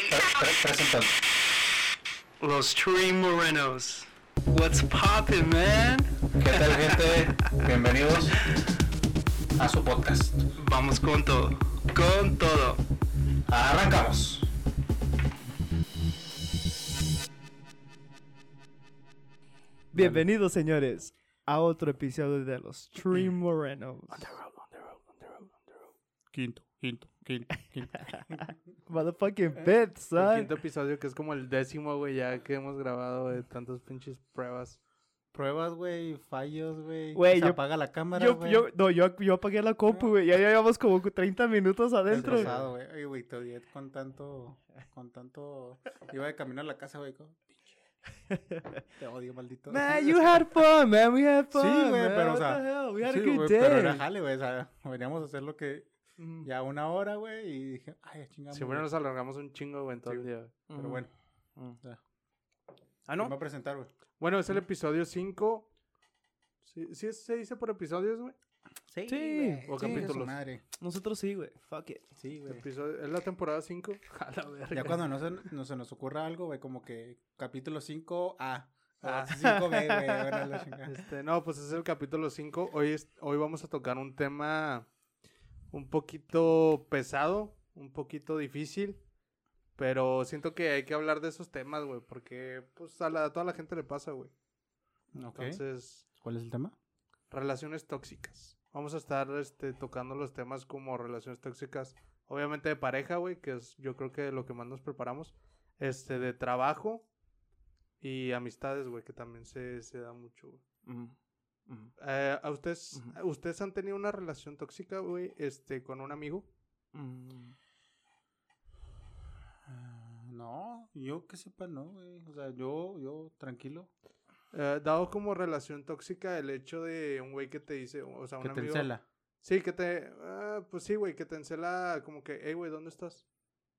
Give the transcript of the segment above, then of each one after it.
Presentando. Los Tree Morenos. What's poppin', man? ¿Qué tal, gente? Bienvenidos a su podcast. Vamos con todo. Con todo. Arrancamos. Bienvenidos, señores, a otro episodio de los Tree Morenos. Quinto. Motherfucking fit, El son. quinto episodio que es como el 10º, güey, ya que hemos grabado de tantas pinches pruebas. Pruebas, güey, fallos, güey. Güey, Se yo- apaga la cámara, Yo güey. apagué la compu, güey. Ya llevamos como 30 minutos adentro. Destrozado, güey. Oye, güey, te odié con tanto... Iba de camino a la casa, güey, como... Pinche. Te odio, maldito. Man, you had fun, man. We had fun. Sí, güey, man. pero, What o sea, the hell? We had sí, a good güey, day. pero era jale, güey. O sea, veníamos a hacer lo que... Mm. Ya 1 hora, güey, y dije, ay, ya chingamos. Siempre güey. nos alargamos un chingo, güey, en todo Sí, el día, güey. Pero bueno. Mm. Ya. Ah, Me va ¿no? a presentar, güey. Bueno, es el episodio 5. ¿Sí se dice por episodios, güey? Sí, güey. o Sí, capítulos. su madre. Nosotros sí, güey. Fuck it. Sí, güey. ¿Es la temporada 5? A la verga. Ya cuando no se nos ocurra algo, güey, como que capítulo 5A. 5B, güey. Bueno, la chingada. No, pues es el capítulo 5. Hoy vamos a tocar un tema un poquito pesado, un poquito difícil, pero siento que hay que hablar de esos temas, güey, porque pues a toda la gente le pasa, güey. Ok. Entonces, ¿Cuál es el tema? relaciones tóxicas. Vamos a estar tocando los temas como relaciones tóxicas, obviamente de pareja, güey, que es yo creo que lo que más nos preparamos, de trabajo y amistades, güey, que también se da mucho, güey. ¿A ustedes han tenido una relación tóxica, güey, con un amigo? No, yo que sepa, no, güey. O sea, yo tranquilo. Dado como relación tóxica el hecho de un güey que te dice, o sea, un Que te amigo. encela. Sí, pues sí, güey, que te encela como que, hey, güey, ¿dónde estás?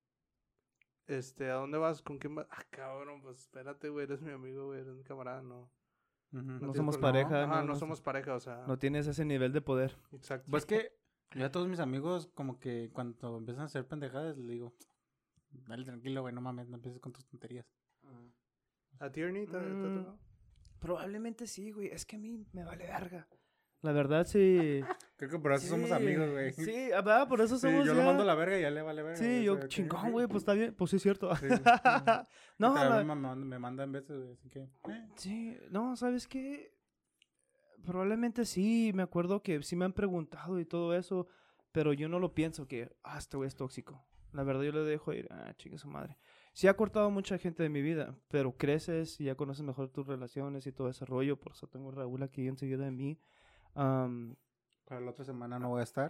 ¿A dónde vas? ¿Con quién vas? Ah, cabrón, pues espérate, güey, eres mi amigo, güey, eres mi camarada, no. Ujú. No tienes somos problema. pareja, Ajá, no, no no somos pareja, o sea. No tienes ese nivel de poder. Exacto. Pues que yo a todos mis amigos, como que cuando empiezan a hacer pendejadas, les digo, dale tranquilo, güey, no mames, no empieces con tus tonterías. ¿A ti, Ernie, te tocó? Probablemente sí, güey. Es que a mí me vale verga. La verdad, sí. Creo que por eso somos amigos, güey. Sí, ¿verdad? Por eso Sí, somos yo ya... lo mando a la verga y ya le vale verga. Sí, güey, yo o sea, que- chingón, güey. Pues está bien. Pues sí, es cierto. Sí. No, Y también la- me mandan veces, güey, así que... Sí, no, ¿sabes qué? Probablemente sí, me acuerdo que sí me han preguntado y todo eso, pero yo no lo pienso que, este güey es tóxico. La verdad yo le dejo ir, chingue su madre. Sí ha cortado mucha gente de mi vida, pero creces y ya conoces mejor tus relaciones y todo ese rollo, por eso tengo a Raúl aquí enseguida de mí. Para la otra semana no voy a estar.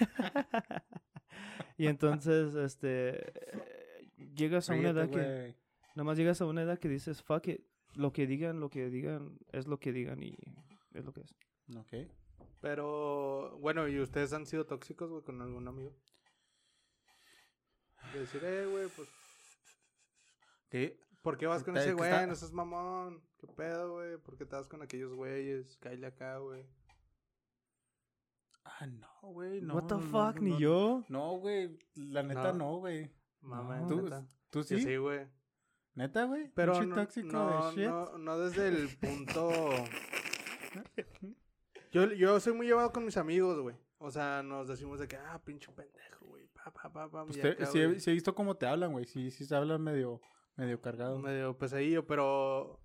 Y entonces, llegas a una Ríete, edad que... güey. Nada más llegas a una edad que dices, fuck it, lo que digan, es lo que digan y es lo que es. Ok. Pero, bueno, ¿y ustedes han sido tóxicos, güey, con algún amigo? De decir, güey, pues, ¿Qué? ¿por qué vas con Que ese está- güey? No seas mamón. ¿Qué pedo, güey? ¿Por qué te vas con aquellos güeyes? Cállate acá, güey. Ah, no, güey, no. What the no, fuck, no, ni no. yo. No, güey, la neta No. no, güey. Mamá, No. ¿Tú, neta. ¿Tú Yo sí? sí, güey. ¿Neta, güey? Pero Pinche no, tóxico no, de shit. no desde el punto... Yo soy muy llevado con mis amigos, güey. O sea, nos decimos de que, pinche pendejo, güey. Pues y acá, sí, güey. sí he visto cómo te hablan, güey. Sí se hablan medio cargado. Medio pesadillo, pero...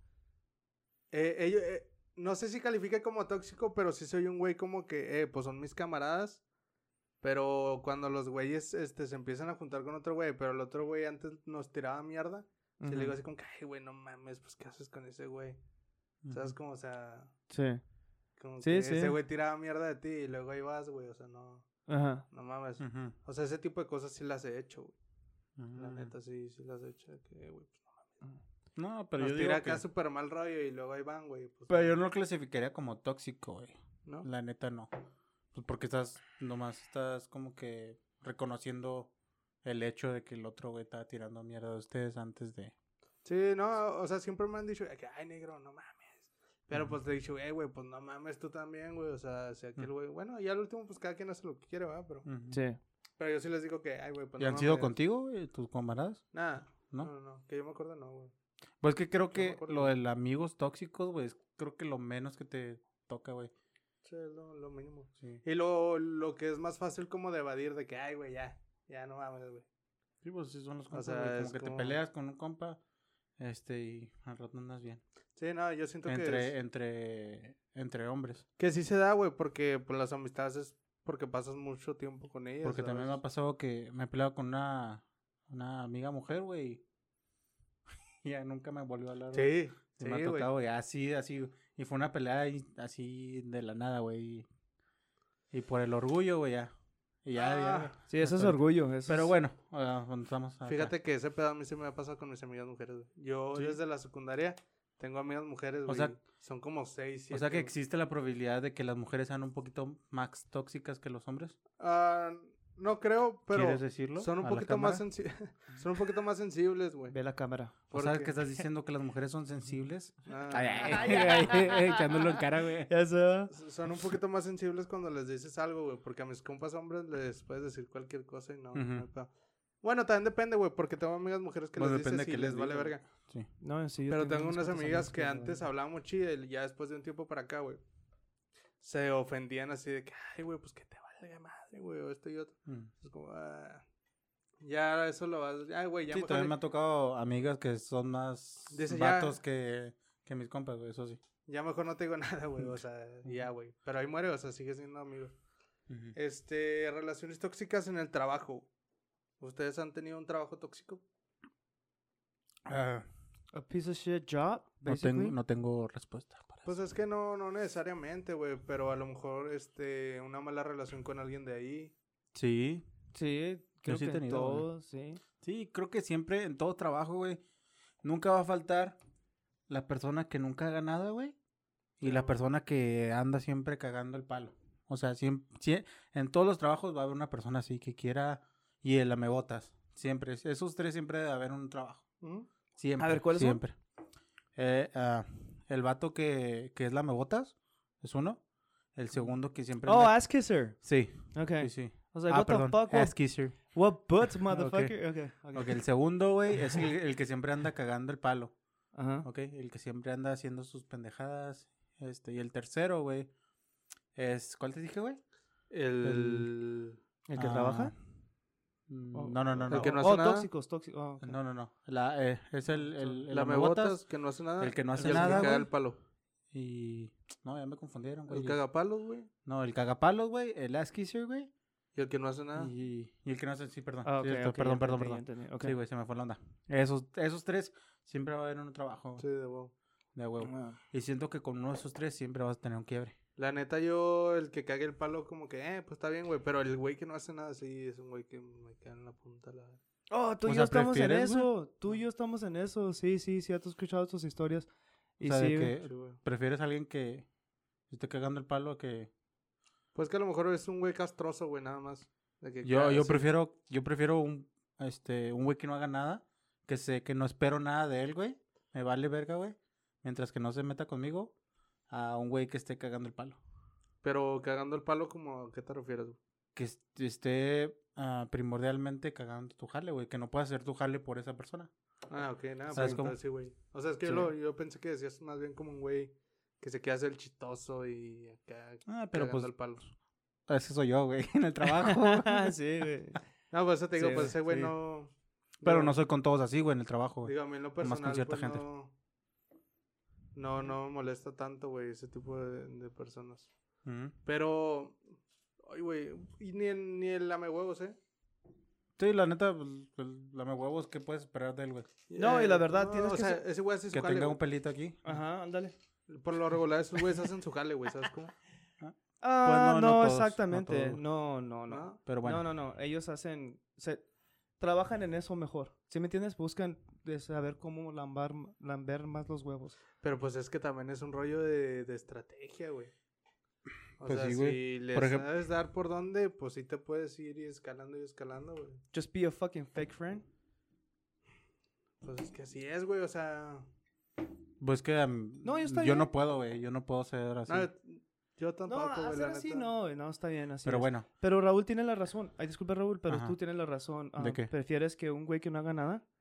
no sé si califica como tóxico, pero sí soy un güey como que, pues son mis camaradas. Pero cuando los güeyes se empiezan a juntar con otro güey, pero el otro güey antes nos tiraba mierda, sí le digo así como que, ay, güey, no mames, pues ¿qué haces con ese güey? ¿Sabes cómo, o sea, Sí. como Sí, que sí. ese güey tiraba mierda de ti y luego ahí vas, güey, o sea, no Ajá. mames. Ujú. O sea, ese tipo de cosas sí las he hecho, güey. La Ujú. neta, sí las he hecho, de que, güey, pues no mames. No, pero Nos yo tira digo que... acá súper mal rollo y luego ahí van, güey. Pues, Pero yo no lo clasificaría como tóxico, güey. ¿no? La neta no. Pues porque nomás estás como que reconociendo el hecho de que el otro güey estaba tirando mierda de ustedes antes de... Sí, no, o sea, siempre me han dicho que, ay, negro, no mames. Pero pues te he dicho, güey, pues no mames tú también, güey. O sea, si aquel güey, bueno, y al último, pues cada quien hace lo que quiere, ¿verdad? Pero, Ujú. sí. pero yo sí les digo que, ay, güey, pues ¿Y no han sido mames. contigo, güey, tus camaradas? Nada, ¿no? No. Que yo me acuerdo, no, güey. Pues que creo me que acuerdo. lo de amigos tóxicos, güey, creo que lo menos que te toca, güey. Sí, es lo mínimo. Sí. Y lo que es más fácil como de evadir de que, ay, güey, ya no mames, güey. Sí, pues sí son los O compas, sea, güey, es como que como- te peleas con un compa, y al rato andas bien. Sí, no, yo siento que Entre hombres. que sí se da, güey, porque pues las amistades es porque pasas mucho tiempo con ellas. Porque también me ha ¿sabes? pasado que me he peleado con una amiga mujer, güey. Y ya nunca me volvió a hablar, güey. Sí, Y sí, me ha güey. tocado, güey, así. Y fue una pelea ahí, así de la nada, güey. Y por el orgullo, güey, ya. Y ya. Ah, Sí, eso es Pero- orgullo. Eso Pero es- bueno, vamos acá. Fíjate que ese pedo a mí se me ha pasado con mis amigas mujeres, güey. Yo Sí. desde la secundaria tengo amigas mujeres, güey. sea- son como 6, 7. O sea que existe la probabilidad de que las mujeres sean un poquito más tóxicas que los hombres. No creo, pero ¿Quieres decirlo? son un a la poquito más cámara? son un poquito más sensibles, güey. Ve la cámara. O sea, porque- que estás diciendo que las mujeres son sensibles. Ah, Echándolo en cara, güey. Eso. son un poquito más sensibles cuando les dices algo, güey, porque a mis compas hombres les puedes decir cualquier cosa y no, Ujú. no hay pedo. Bueno, también depende, güey, porque tengo amigas mujeres que Pues les depende dices y qué les les vale digas, verga. Sí. No, sí, yo Pero tengo unas unas cuantas amigas que me antes valen. hablábamos chido y ya después de un tiempo para acá, güey, se ofendían así de que, ay, güey, pues que te valga madre, güey, o esto y otro. Mm. Es como, ya eso lo vas, ay, güey, ya Sí, mejor también ni- me ha tocado amigas que son más Dice, ya- vatos que mis compas, güey, eso sí. ya mejor no te digo nada, güey, o sea, ya, güey. Pero ahí muere, o sea, sigue siendo amigo. Relaciones tóxicas en el trabajo. ¿Ustedes han tenido un trabajo tóxico? Ah, A piece of shit job, no, basically. no tengo respuesta para Pues eso. es que no necesariamente, güey, pero a lo mejor, una mala relación con alguien de ahí. Sí, Sí, creo sí he que en tenido, güey. todos, sí. sí, creo que siempre en todo trabajo, güey, nunca va a faltar la persona que nunca haga nada, güey, y Claro. la persona que anda siempre cagando el palo. O sea, siempre, en todos los trabajos va a haber una persona así que quiera y el lamebotas. Siempre, esos tres siempre debe haber un trabajo. ¿Mm? Siempre. A ver, ¿cuáles son? siempre. El vato que es lamebotas es uno. El segundo que siempre... Oh, anda- ass kisser. Sí, Okay. sí, sí. I was like, what the fuck? Ass kisser. What butts, motherfucker? Okay. Ok, el segundo, güey, es el que siempre anda cagando el palo. Ajá. Ok, el que siempre anda haciendo sus pendejadas. Y el tercero, güey, es... ¿Cuál te dije, güey? El... ¿El que Ah, trabaja? No. El que no hace Oh, nada. tóxicos. Oh, okay. No. Es el la lamebotas mebotas que no hace nada. el que no hace y el nada, que caga güey. el palo. y... No, ya me confundieron, güey. El cagapalos, güey. No, el cagapalos, güey, el ass kisser, güey. Y el que no hace nada. Y el que no hace... Sí, perdón. Ah, Sí, okay, esto, okay, perdón. ya entendí. Okay. Sí, güey, se me fue la onda. Esos tres siempre va a haber un trabajo Sí, de huevo. de huevo. Ah. Y siento que con uno de esos tres siempre vas a tener un quiebre. La neta, yo, el que cague el palo, como que, pues está bien, güey. Pero el güey que no hace nada, sí, es un güey que me queda en la punta. Oh, tú O y yo sea, estamos en ¿prefieres, güey? eso. Tú y yo estamos en eso. Sí, ya te he escuchado tus historias. Y O sea, de sí, que Sí, güey. prefieres a alguien que esté cagando el palo que... Pues que a lo mejor es un güey castroso, güey, nada más. De que Yo caga, sí. prefiero un güey que no haga nada, que sé que no espero nada de él, güey. Me vale verga, güey. Mientras que no se meta conmigo, a un güey que esté cagando el palo. Pero cagando el palo, como, ¿a qué te refieres, güey? Que esté primordialmente cagando tu jale, güey. Que no puedas hacer tu jale por esa persona. Ah, ok, nada, ¿Sabes pues cómo? entonces sí, güey. O sea, es que Sí. yo pensé que decías más bien como un güey que se quiere hacer el chistoso y acá Pero cagando pues, el palo. ese soy yo, güey, en el trabajo. sí, güey. No, pues eso te digo, Sí, pues ese güey sí. no... Pero no soy con todos así, güey, en el trabajo, güey. Digo, a mí en lo Nomás con personal, cierta pues, gente. no me molesta tanto, güey, ese tipo de personas. Ujú. Pero, ay, güey, y ni el lame huevos, ¿eh? Sí, la neta, pues, lame huevos, ¿qué puedes esperar de él, güey? No, y la verdad, tienes o que sea, ser- ese güey hace su Que jale, tenga güey. un pelito aquí. Ajá, ándale. Por lo regular, esos güeyes hacen su jale, güey, ¿sabes cómo? Ah, no no, todos, exactamente. no No. ¿No? Pero bueno. No. Ellos trabajan en eso mejor. ¿Sí me entiendes? Buscan de saber cómo lamber más los huevos. Pero pues es que también es un rollo de estrategia, güey. O Pues sea, sí, güey. si les Por ejemplo- sabes dar por dónde, pues sí te puedes ir y escalando, güey. Just be a fucking fake friend. Pues es que así es, güey, o sea... Pues que No, está yo bien. no puedo, güey. Yo no puedo ser así. No, yo No, tampoco, güey, hacer la así neta. no, güey. No, está bien así. Pero es. bueno, Pero Raúl tiene la razón. Ay, disculpa, Raúl, pero Ajá. tú tienes la razón. ¿De qué? ¿Prefieres que un güey que no haga nada?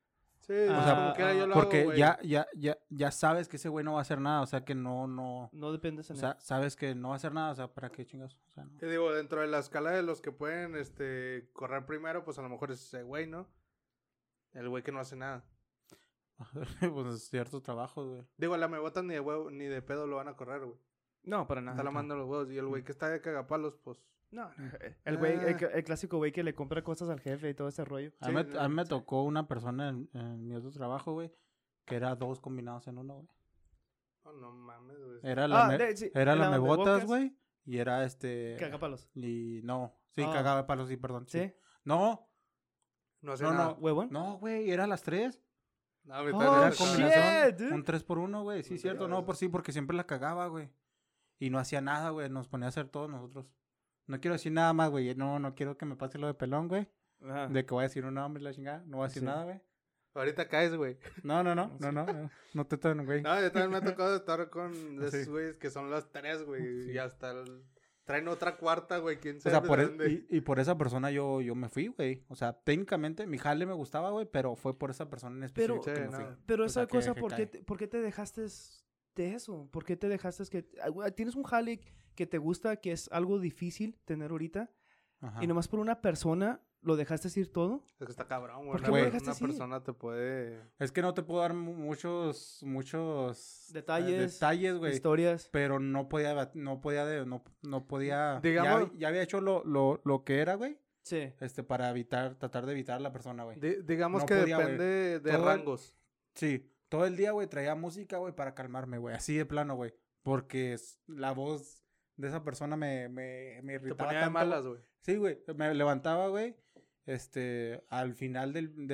Sí, O sea, como quiera yo lo Porque hago, güey. ya sabes que ese güey no va a hacer nada, o sea, que no, No dependes o en él. sea, sabes que no va a hacer nada, o sea, ¿para qué chingas? O sea, no. Te digo, dentro de la escala de los que pueden correr primero, pues a lo mejor es ese güey, ¿no? El güey que no hace nada. Pues es ciertos trabajos, güey. Digo, la mebotas ni de huevo, ni de pedo lo van a correr, güey. No, para Está nada. lamando los huevos. Y el güey que está de cagapalos, pues. No, el güey, Ah. el clásico güey que le compra cosas al jefe y todo ese rollo. A mí, Sí, a mí me sí. tocó una persona en mi otro trabajo, güey, que era dos combinados en uno, güey. Oh, no mames, güey. Era la, sí, era la la mebotas, mebocas, güey, y era Cagapalos. Y no, sí, Ah. cagaba de palos, sí, perdón. Sí. ¿Sí? No, No sé no, nada. no. ¿Huevón? No, güey, era las tres. No, a mí Oh, también me Era shit, tocaba. combinación, dude. un 3x1, güey. Sí, No cierto, sé, no, güey. por sí, porque siempre la cagaba, güey. Y no hacía nada, güey, nos ponía a hacer todos nosotros. No quiero decir nada más, güey. No quiero que me pase lo de pelón, güey. Ajá. De que voy a decir un nombre y la chingada. No voy a decir Sí. nada, güey. Ahorita caes, güey. No te tomen, güey. No, yo también me ha tocado estar con esos Sí. güeyes que son las tres, güey. Sí. Y hasta traen otra cuarta, güey. ¿Quién O sabe sea, de por dónde? y por esa persona yo me fui, güey. O sea, técnicamente mi jale me gustaba, güey, pero fue por esa persona en específico Pero- que Sí, me fui. no. Pero O esa sea, que- cosa, que ¿por qué, cae. por qué te dejaste de eso? ¿Por qué te dejaste que... Tienes un jale que te gusta, que es algo difícil tener ahorita, Ajá. y nomás por una persona lo dejaste ir todo? Es que está cabrón, güey. ¿Por qué Una- me dejaste Una así? persona te puede... Es que no te puedo dar muchos Detalles, güey. historias. Pero no podía, no podía. Digamos- Ya había hecho lo que era, güey. Sí. Para tratar de evitar a la persona, güey. digamos No que podía, güey. depende de Todo el- rangos. Sí, todo el día, güey, traía música, güey, para calmarme, güey. Así de plano, güey. Porque la voz de esa persona me Te irritaba ponía de tanto, malas, güey. güey. Sí, güey. Me levantaba, güey. Al final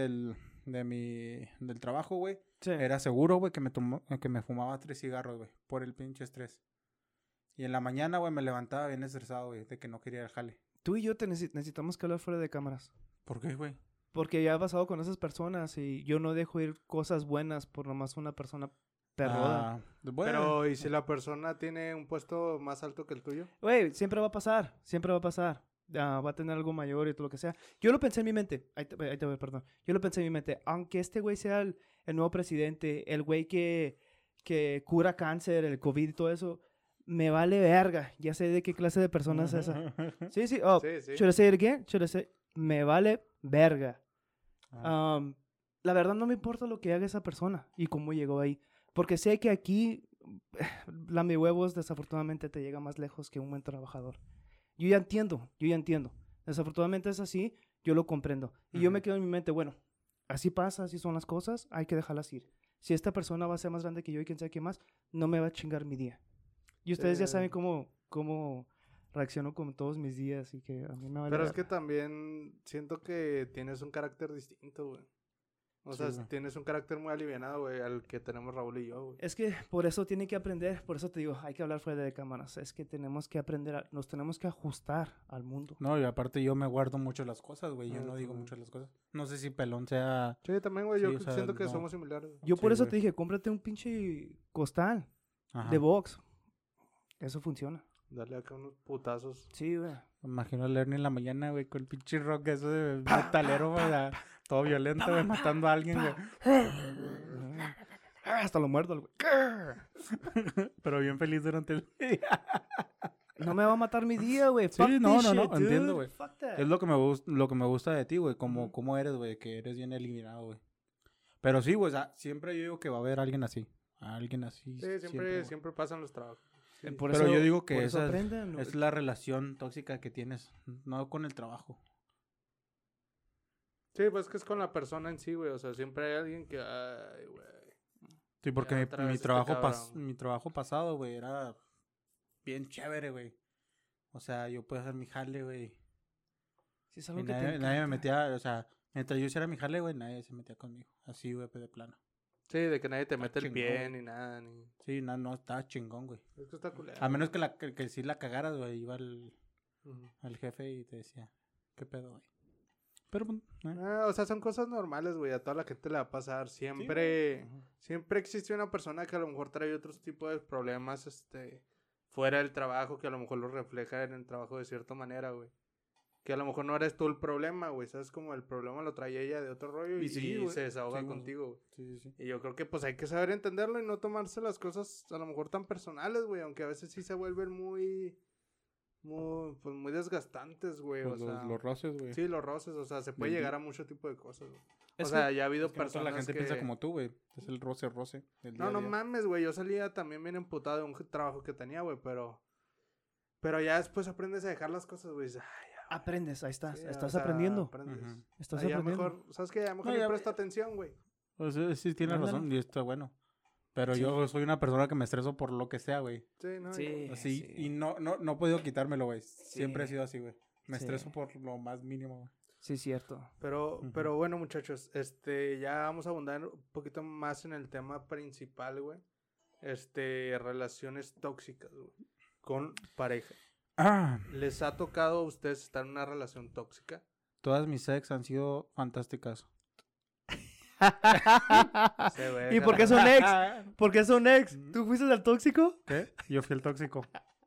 del trabajo, güey. Sí. Era seguro, güey, que me fumaba 3 cigarros, güey. Por el pinche estrés. Y en la mañana, güey, me levantaba bien estresado, güey, de que no quería ir al jale. Tú y yo necesitamos que hablar fuera de cámaras. ¿Por qué, güey? Porque ya he pasado con esas personas y yo no dejo ir cosas buenas por nomás una persona perroda. Ah, bueno. Pero, ¿y si la persona tiene un puesto más alto que el tuyo? Güey, siempre va a pasar, siempre va a pasar. Va a tener algo mayor y todo lo que sea. Yo lo pensé en mi mente. Ahí te voy, perdón. Yo lo pensé en mi mente. Aunque este güey sea el nuevo presidente, el güey que cura cáncer, el COVID y todo eso, me vale verga. Ya sé de qué clase de persona es esa. Sí, sí. Oh, Sí, sí. should I say it again? Should I say? Me vale verga. Ah. La verdad no me importa lo que haga esa persona y cómo llegó ahí. Porque sé que aquí, huevos desafortunadamente te llega más lejos que un buen trabajador. Yo ya entiendo. Desafortunadamente es así, yo lo comprendo. Y yo me quedo en mi mente, bueno, así pasa, así son las cosas, hay que dejarlas ir. Si esta persona va a ser más grande que yo y quién sabe qué más, no me va a chingar mi día. Y ustedes ya Sí. saben cómo reacciono con todos mis días y que a mí me vale Pero es verga. que también siento que tienes un carácter distinto, güey. O Sí, sea, güey. tienes un carácter muy alivianado, güey, al que tenemos Raúl y yo, güey. Es que por eso tiene que aprender, por eso te digo, hay que hablar fuera de cámaras. Es que tenemos que aprender, nos tenemos que ajustar al mundo. No, y aparte yo me guardo mucho las cosas, güey. Yo Ah, no digo también. mucho las cosas. No sé si pelón sea... Sí, también, güey, Sí, yo o sea, siento que no. somos similares. güey. Yo por Sí, eso güey. te dije, cómprate un pinche costal Ajá. de box. Eso funciona. Dale acá unos putazos. Sí, güey. Me imagino a Lerny en la mañana, güey, con el pinche rock eso de metalero, güey. Todo violento, güey, matando a alguien, güey. Hasta lo muerdo, güey. Pero bien feliz durante el día. No me va a matar mi día, güey. Sí, Fuck no, this no, no, shit, dude. entiendo, güey. Fuck that. Es lo que me gusta de ti, güey, Ujú. cómo eres, güey, que eres bien eliminado, güey. Pero sí, güey, o sea, siempre yo digo que va a haber alguien así. Alguien así. Sí, güey. siempre pasan los trabajos. Sí. Por Pero eso- yo digo que por eso esa aprendan, es güey. la relación tóxica que tienes, no con el trabajo. Sí, pues que es con la persona en sí, güey. O sea, siempre hay alguien que, ay, güey. Sí, porque Ya otra vez mi este trabajo cabrón. mi trabajo pasado, güey, era bien chévere, güey. O sea, yo podía hacer mi jale, güey. Sí, es Y algo que te nadie me encanta. metía, o sea, mientras yo hiciera mi jale, güey, nadie se metía conmigo. Así, güey, pues, de plano. Sí, de que nadie te mete el chingón, pie güey. ni nada. Ni... Sí, no, estaba chingón, güey. Es que está culero. A menos que sí la cagaras, güey, iba Ujú. al jefe y te decía, ¿qué pedo, güey? Pero, pues, O sea, son cosas normales, güey. A toda la gente le va a pasar. Siempre existe una persona que a lo mejor trae otros tipos de problemas, fuera del trabajo, que a lo mejor lo refleja en el trabajo de cierta manera, güey. que a lo mejor no eres tú el problema, güey, ¿sabes? Como el problema lo trae ella de otro rollo y, Y sí, güey. se desahoga Sí, güey. contigo, güey. Sí. Y yo creo que pues hay que saber entenderlo y no tomarse las cosas a lo mejor tan personales, güey, aunque a veces sí se vuelven muy desgastantes, güey, Pues o sea. los roces, güey. Sí, los roces, o sea, se puede Del llegar día. a mucho tipo de cosas, güey. Es O sea, que- ya ha habido Es que no toda personas la gente que... piensa como tú, güey. Es el roce del día No, a no día. mames, güey, yo salía también bien emputado de un trabajo que tenía, güey, pero ya después aprendes a dejar las cosas, güey. Dices, "Ay, ya, Aprendes, ahí estás. sí, estás o sea, aprendiendo. aprendes. Ujú. Estás Ah, ya aprendiendo. mejor, ¿sabes qué? Ya mejor No, le ya- presto atención, güey. O sea, sí, tienes Ándale. razón y está bueno. Pero Sí. yo soy una persona que me estreso por lo que sea, güey. Sí, no, Sí. Así, y no he podido quitármelo, güey. Siempre he Sí. sido así, güey. Me Sí. estreso por lo más mínimo, güey. Sí, cierto. Pero bueno, muchachos, ya vamos a abundar un poquito más en el tema principal, güey. Relaciones tóxicas, güey, con pareja. ¿Les ha tocado a ustedes estar en una relación tóxica? Todas mis ex han sido fantásticas. Sí, güey, ¿Y por qué son ex? ¿Por qué son ex? ¿Tú fuiste el tóxico? ¿Qué? Yo fui el tóxico.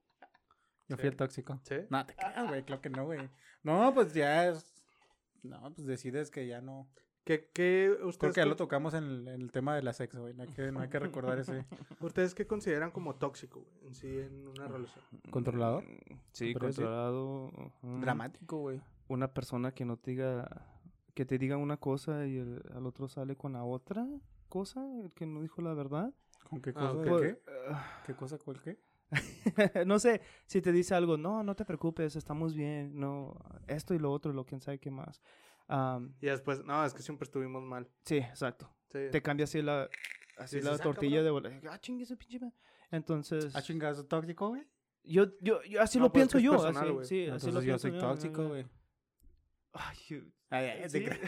Yo fui Sí. el tóxico. ¿Sí? No, te creas, güey. Claro que no, güey. No, pues ya es... No, pues decides que ya no... ¿Qué Creo ustedes, que ya lo tocamos en el tema de la sexo, güey. No hay que recordar ese... ustedes qué consideran como tóxico, güey, en sí, en una relación? ¿Controlador? Sí, ¿Se podría decir? controlado. ujú. Dramático, güey. Una persona que no te diga... Que te diga una cosa y al otro sale con la otra cosa, el que no dijo la verdad. ¿Con qué Ah, cosa? ok. ¿De Pues, qué? ¿Qué cosa? ¿Cuál qué? no sé, si te dice algo, no te preocupes, estamos bien, no, esto y lo otro, lo quién sabe qué más. Y después, no, es que siempre estuvimos mal. Sí, exacto. Sí. Te cambia así la Sí, la sí, tortilla cabrón. de bola. Chingue ese pinche Entonces, ¿Ah, chingazo tóxico, güey? yo así No, lo pues, pienso es yo, personal, así, güey. sí, así Entonces lo yo pienso soy tóxico, güey. Ay, ¿Sí? ¿sí?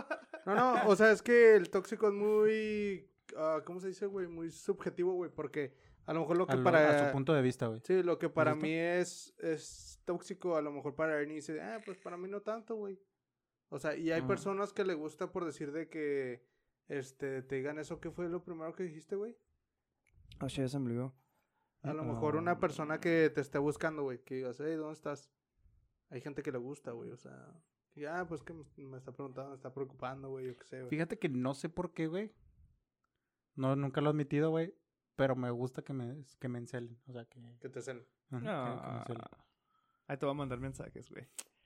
No, o sea, es que el tóxico es muy, ¿cómo se dice, güey? Muy subjetivo, güey, porque a lo mejor lo que A su punto de vista, güey. Sí, lo que para ¿Listo? mí es tóxico, a lo mejor para Ernie dice, pues para mí no tanto, güey. O sea, y hay Ajá. personas que le gusta por decir de que, te digan eso, ¿qué fue lo primero que dijiste, güey? Oh, shit, ya se me olvidó. A lo mejor Ah. una persona que te esté buscando, güey, que digas, hey, ¿dónde estás? Hay gente que le gusta, güey, o sea, y, pues que me está preguntando, me está preocupando, güey, yo qué sé, güey. Fíjate que no sé por qué, güey. No, nunca lo he admitido, güey. Pero me gusta que me encelen. O sea, que... Que te hacen. ajá, que me encelen. Ahí te voy a mandar mensajes, güey.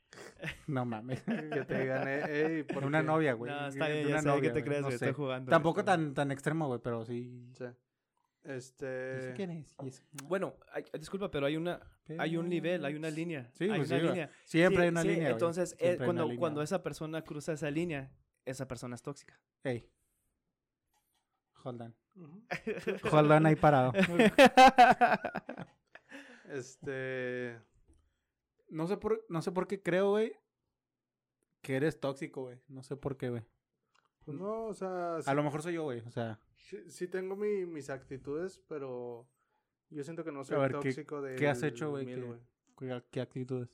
No mames. Que te digan, hey, ¿por Una qué? novia, güey. No, está De bien, una ya sé, novia, ¿qué te güey, crees, no güey? sé. Estoy jugando. Tampoco estoy tan extremo, güey, pero sí. Sí. Yo sé quién es. Y eso. Bueno, disculpa, pero hay un nivel, hay una línea. Sí, hay pues una sí, güey. línea. Siempre Sí, hay una sí, línea, güey. Entonces, Siempre hay una cuando, línea, cuando güey. esa persona cruza esa línea, esa persona es tóxica. Ey. Hold on. Ujú. Hold on ahí parado. No sé por qué creo, güey, que eres tóxico, güey. No sé por qué, güey. Pues no, o sea, A lo mejor soy yo, güey. O sea, sí tengo mis actitudes, pero yo siento que no soy A ver, tóxico de ¿qué has hecho, güey? ¿Qué actitudes?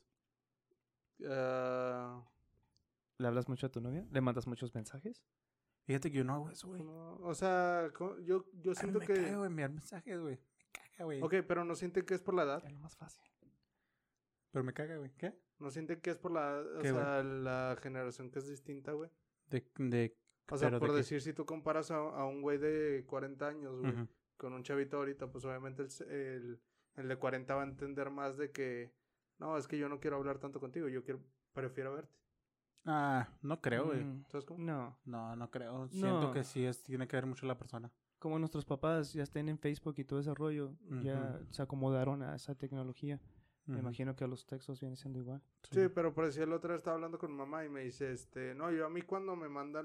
¿Le hablas mucho a tu novia? ¿Le mandas muchos mensajes? Fíjate que yo no hago eso, güey. No, o sea, yo A mí siento me que... caga, güey, enviar mensajes, güey. Me caga, güey. Ok, pero no sienten que es por la edad. Es lo más fácil. Pero me caga, güey. ¿Qué? No sienten que es por la... O ¿Qué, sea, la generación que es distinta, güey. De O sea, ¿pero de por qué? decir, si tú comparas a un güey de 40 años, güey, Ujú. con un chavito ahorita, pues obviamente el de 40 va a entender más de que... No, es que yo no quiero hablar tanto contigo, prefiero verte. No creo, güey. ¿Sabes cómo? No. No creo. Siento No. que sí tiene que ver mucho la persona. Como nuestros papás ya estén en Facebook y todo ese rollo, ya Ujú. se acomodaron a esa tecnología. Me Ujú. imagino que a los textos vienen siendo igual. Sí, pero por decir, el otro día estaba hablando con mi mamá y me dice, no, yo a mí cuando me mandan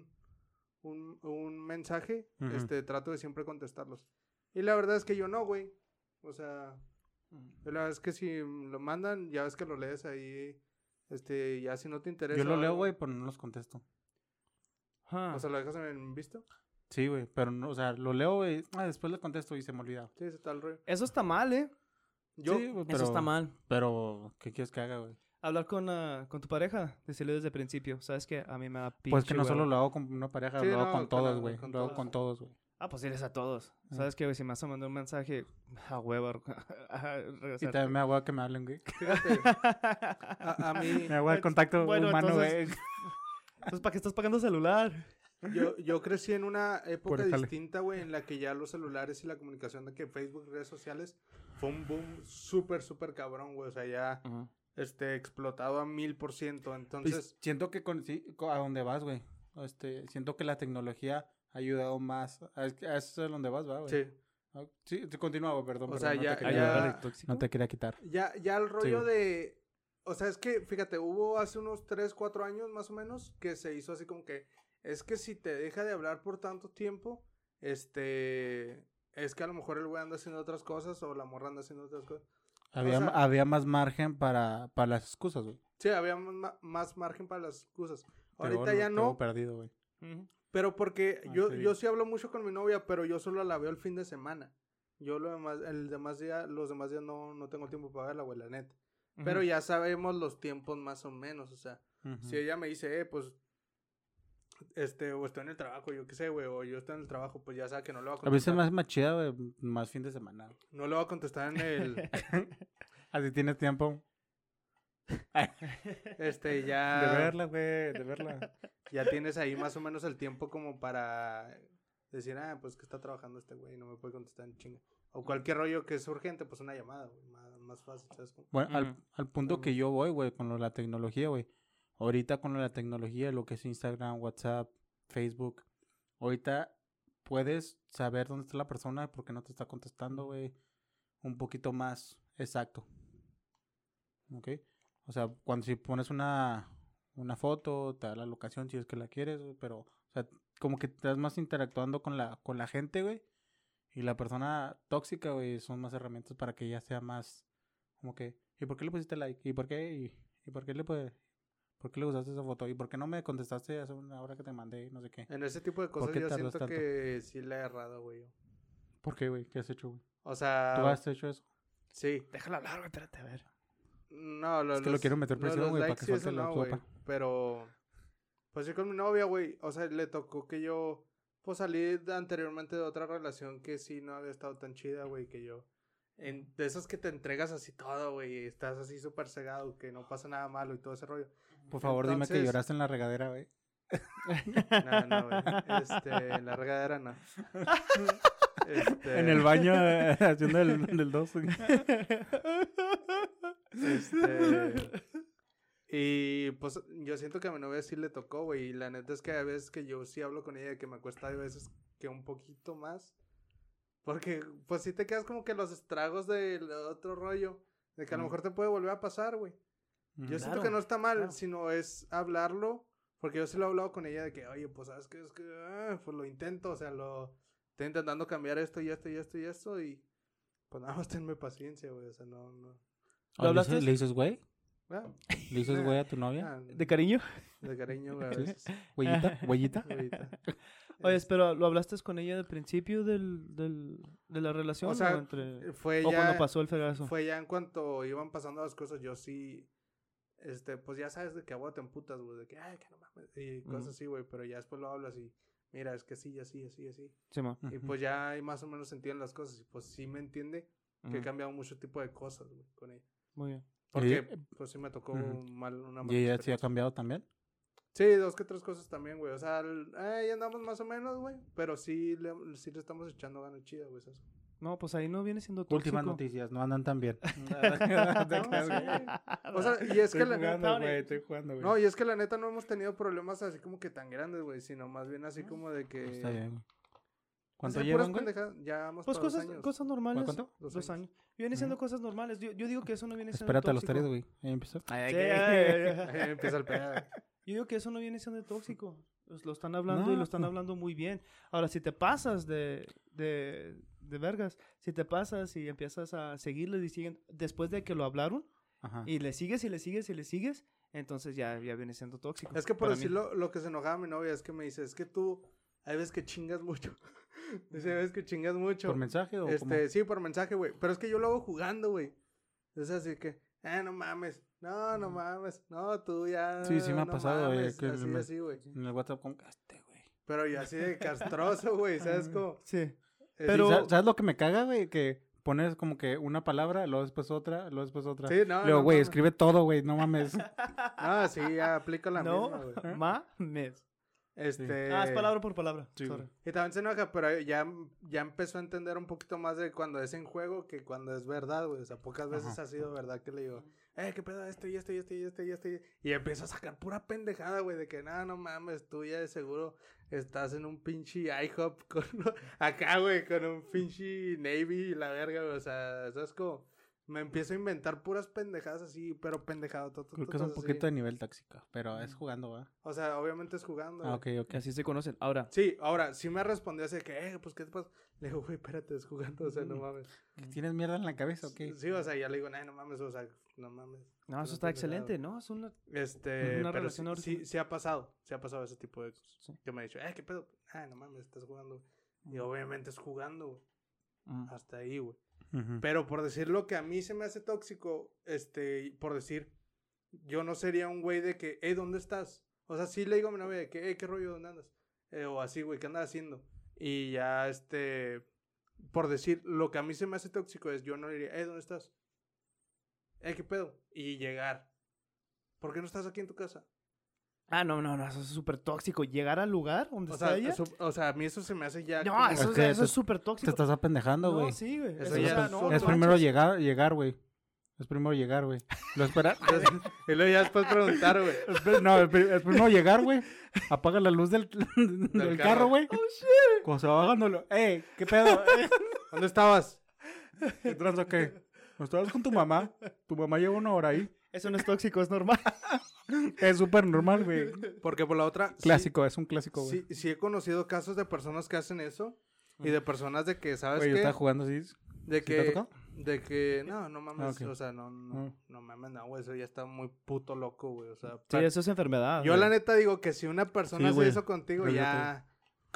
un mensaje, Ujú. trato de siempre contestarlos. Y la verdad es que yo no, güey. O sea, la verdad es que si lo mandan, ya ves que lo lees ahí, ya si no te interesa. Yo lo leo, güey, pero no los contesto. Ah. O sea, lo dejas en visto. Sí, güey, pero no, o sea, lo leo, güey. Después le contesto y se me olvida. Sí, ese tal rollo. Eso está mal, ¿eh? Yo, Sí, güey, Eso está mal. Pero, ¿qué quieres que haga, güey? Hablar con tu pareja, decirle desde el principio, ¿sabes qué? A mí me da pinche Pues que no hueva. solo lo hago con una pareja, Sí, lo hago no, con con todos, la- güey. con Lo hago todos. con todos, güey. Pues diles a todos. Ah. ¿Sabes qué, güey? Si me vas a mandar un mensaje, a huevo. A Y regresar. también me hago que me hablen, güey. Fíjate, a mí, Me hago el contacto Bueno, humano, güey. entonces- Entonces, ¿para qué estás pagando celular? yo crecí en una época Por jale. distinta, güey, en la que ya los celulares y la comunicación de que Facebook, redes sociales, fue un boom súper, súper cabrón, güey. O sea, ya, explotado a 1000%. Entonces, Pues, siento que a donde vas, güey. Siento que la tecnología ha ayudado más. A eso es a donde vas, ¿va, güey? sí. Sí, continúa, güey, perdón. O sea, no ya- te Ay, quería, ya- ¿verdad? ¿Tóxico? no te quería quitar. Ya el rollo güey. de... O sea, es que, fíjate, hubo hace unos 3, 4 años más o menos que se hizo así como que... Es que si te deja de hablar por tanto tiempo, es que a lo mejor el güey anda haciendo otras cosas o la morra anda haciendo otras cosas. Había, sea- había más margen para las excusas, güey. Sí, había más margen para las excusas. Pero Ahorita ya tengo no, perdido, güey. Ujú. pero porque Ah, yo, qué yo bien. sí hablo mucho con mi novia, pero yo solo la veo el fin de semana. Yo los demás días no tengo tiempo para verla, güey, la neta. Pero ya sabemos los tiempos más o menos, o sea, Ujú. si ella me dice, pues, o estoy en el trabajo, yo qué sé, güey, o yo estoy en el trabajo, pues ya sabe que no le voy a A veces contestar. más más chida, güey, más fin de semana. No le voy a contestar en el, Así tienes tiempo ya. de verla, güey, de verla. Ya tienes ahí más o menos el tiempo como para decir, pues que está trabajando este güey, no me puede contestar en chinga. O cualquier rollo que es urgente, pues una llamada, güey, más fácil, ¿sabes cómo? Bueno, Ujú. al punto que yo voy, güey, con lo de la tecnología, güey. Ahorita con lo de la tecnología, lo que es Instagram, WhatsApp, Facebook. Ahorita puedes saber dónde está la persona porque no te está contestando, güey. Un poquito más exacto. ¿Ok? O sea, cuando si pones una foto, te da la locación si es que la quieres, güey. Pero, o sea, como que estás más interactuando con la gente, güey. Y la persona tóxica, güey, son más herramientas para que ella sea más como que, ¿y por qué le pusiste like? ¿Y por qué? ¿Y por qué por qué le usaste esa foto? ¿Y por qué no me contestaste hace una hora que te mandé? No sé qué. En ese tipo de ¿Por cosas qué yo tardas siento tanto? que sí le he errado, güey. Yo. ¿Por qué, güey? ¿Qué has hecho, güey? O ¿Tú sea, has hecho eso? sí. Déjalo hablar, güey, espérate, a ver. No, Es que lo quiero meter presión, güey, para likes que y eso suelte la no, güey. sopa. Pero, pues sí con mi novia, güey. O sea, le tocó que yo, pues salí anteriormente de otra relación que sí no había estado tan chida, güey, que yo. De esas que te entregas así todo, güey, y estás así súper cegado, que no pasa nada malo y todo ese rollo. Por favor, dime que Entonces- lloraste en la regadera, güey. No, güey. En la regadera no. En el baño haciendo del 2. Y pues yo siento que a mi novia sí le tocó, güey. Y la neta es que a veces que yo sí hablo con ella, que me cuesta a veces que un poquito más. Porque pues sí te quedas como que los estragos del otro rollo. De que a lo mejor te puede volver a pasar, güey. Yo siento que no está mal, claro. sino es hablarlo. Porque yo sí lo he hablado con ella de que, oye, pues sabes que es que, pues lo intento, o sea, estoy intentando cambiar esto y esto y esto y esto. Y pues nada más tenme paciencia, güey. O sea, no. ¿Lo hablaste? ¿Le dices güey? Ah, ¿Le dices güey a tu novia? ah, ¿De cariño? de cariño, güey, a Sí. veces. ¿Huellita? ¿Huellita? Ahorita. Oye, pero ¿lo hablaste con ella del principio de la relación? O sea, o cuando pasó el fregazo? Fue ya en cuanto iban pasando las cosas, yo sí, pues ya sabes de que a vos te emputas, güey, de que, ay, que no mames, y cosas así, güey, pero ya después lo hablas y, mira, es que sí, así. Sí, ma. Y pues ya ahí más o menos se entienden las cosas, y pues sí me entiende que he Ujú. cambiado mucho tipo de cosas, güey, con ella. Muy bien. Porque, pues sí me tocó Ujú. una mala ¿Y ella sí ha experiencia. cambiado también? Sí, 2 que 3 cosas también, güey. O sea, ahí andamos más o menos, güey. Pero sí le estamos echando ganas chidas, güey. ¿Sabes? No, pues ahí no viene siendo tóxico. Últimas noticias, no andan tan bien. O sea, y es que la neta. estoy jugando, güey. No, y es que la neta no hemos tenido problemas así como que tan grandes, güey. Sino más bien así como de que. Está bien, güey. o ¿Cuánto sea, llevan, puras güey? pendejadas. Ya vamos Pues para 2 cosas, años. cosas normales. ¿Cuánto? 2 años. Viene siendo cosas normales. Yo digo que eso no viene siendo Espérate a los tóxico. 3, güey. Ahí empezó. Sí, ya. Ahí empieza el pedo. Yo digo que eso no viene siendo tóxico. Lo están hablando y No, lo están no. hablando muy bien. Ahora, si te pasas de vergas, si te pasas y empiezas a seguirles y siguen, después de que lo hablaron, Ajá. y le sigues, entonces ya viene siendo tóxico. Es que por para mí. decirlo, lo que se enojaba mi novia es que me dice, es que tú, hay veces que chingas mucho. Dice, hay veces que chingas mucho. ¿Por mensaje o cómo? Sí, por mensaje, güey. Pero es que yo lo hago jugando, güey. Es así que, no mames. No, no mames. No, tú ya. Sí, sí me ha no pasado, güey, mames", que así, me- así, güey. En el WhatsApp con este, güey. Pero yo así de castroso, güey, ¿sabes cómo? Sí. Es- Pero- ¿Sabes lo que me caga, güey? Que pones como que una palabra, luego después otra, luego después otra. Sí, no, Luego, no güey, mames. escribe todo, güey, no mames. Ah, sí, ya aplico la No, misma, güey. mames. Sí. Es palabra por palabra. Sí, Sorry. Y también se enoja, pero ya empezó a entender un poquito más de cuando es en juego que cuando es verdad, güey. O sea, pocas veces Ajá. ha sido verdad que le digo, qué pedo, esto y esto y esto y esto y esto. Y empiezo a sacar pura pendejada, güey, de que no mames, tú ya de seguro estás en un pinche IHOP con acá, güey, con un pinche Navy y la verga, güey. O sea, ¿sabes cómo? Me empiezo a inventar puras pendejadas así, pero pendejado. Creo que es un poquito de nivel tóxico, pero es jugando, ¿va? O sea, obviamente es jugando. Ah, güey. ok. Así se conocen. Ahora, Sí, ahora, sí me respondió así de que, pues, ¿qué te pasa? Le digo, güey, espérate, es jugando, o sea, no mames. ¿Tienes mierda en la cabeza o qué? Sí, o sea, ya le digo, no mames, o sea, no mames. no, eso no está pasa excelente, ¿no? Es una... Pero relación sí ha pasado ese tipo de cosas. Sí. Que me ha dicho, ¿qué pedo? No mames, estás jugando. Y obviamente es jugando, güey. Mm. Hasta ahí, güey. Ujú. Pero por decir lo que a mí se me hace tóxico, por decir, yo no sería un güey de que, ¿dónde estás? O sea, sí le digo a mi novia de que, ¿qué rollo? ¿Dónde andas? O así, güey, ¿qué andas haciendo? Y ya, por decir, lo que a mí se me hace tóxico es, yo no le diría, ¿dónde estás? ¿Qué pedo? Y llegar. ¿Por qué no estás aquí en tu casa? Ah, no, eso es súper tóxico. Llegar al lugar donde O está sea, ella. o sea, a mí eso se me hace ya No, como- eso, Es que eso es súper Te tóxico. estás apendejando, güey. No, sí, güey. Eso Eso ya ya es no, otro- Es no primero manches. llegar, güey. Es primero llegar, güey. Lo espera. Y luego ya después preguntar, güey. No, es primero llegar, güey. Apaga la luz del carro, carro. güey. Cuando se va bajándolo. ¿Qué pedo? ¿Dónde estabas? ¿Qué tranza qué? ¿No estabas con tu mamá? Tu mamá lleva 1 hora ahí. Eso no es tóxico, es normal. Es súper normal, güey. Porque por la otra... Clásico, es un clásico, güey. Sí he conocido casos de personas que hacen eso. Y de personas de que, ¿sabes Güey, yo qué? estaba jugando así. De ¿Sí te ha que... tocado? De que... No mames. Ah, ok. O sea, no mames, no, güey. Eso ya está muy puto loco, güey. O sea... Sí, eso es enfermedad. Yo güey. la neta digo que si una persona Sí, hace güey. eso contigo, Yo ya...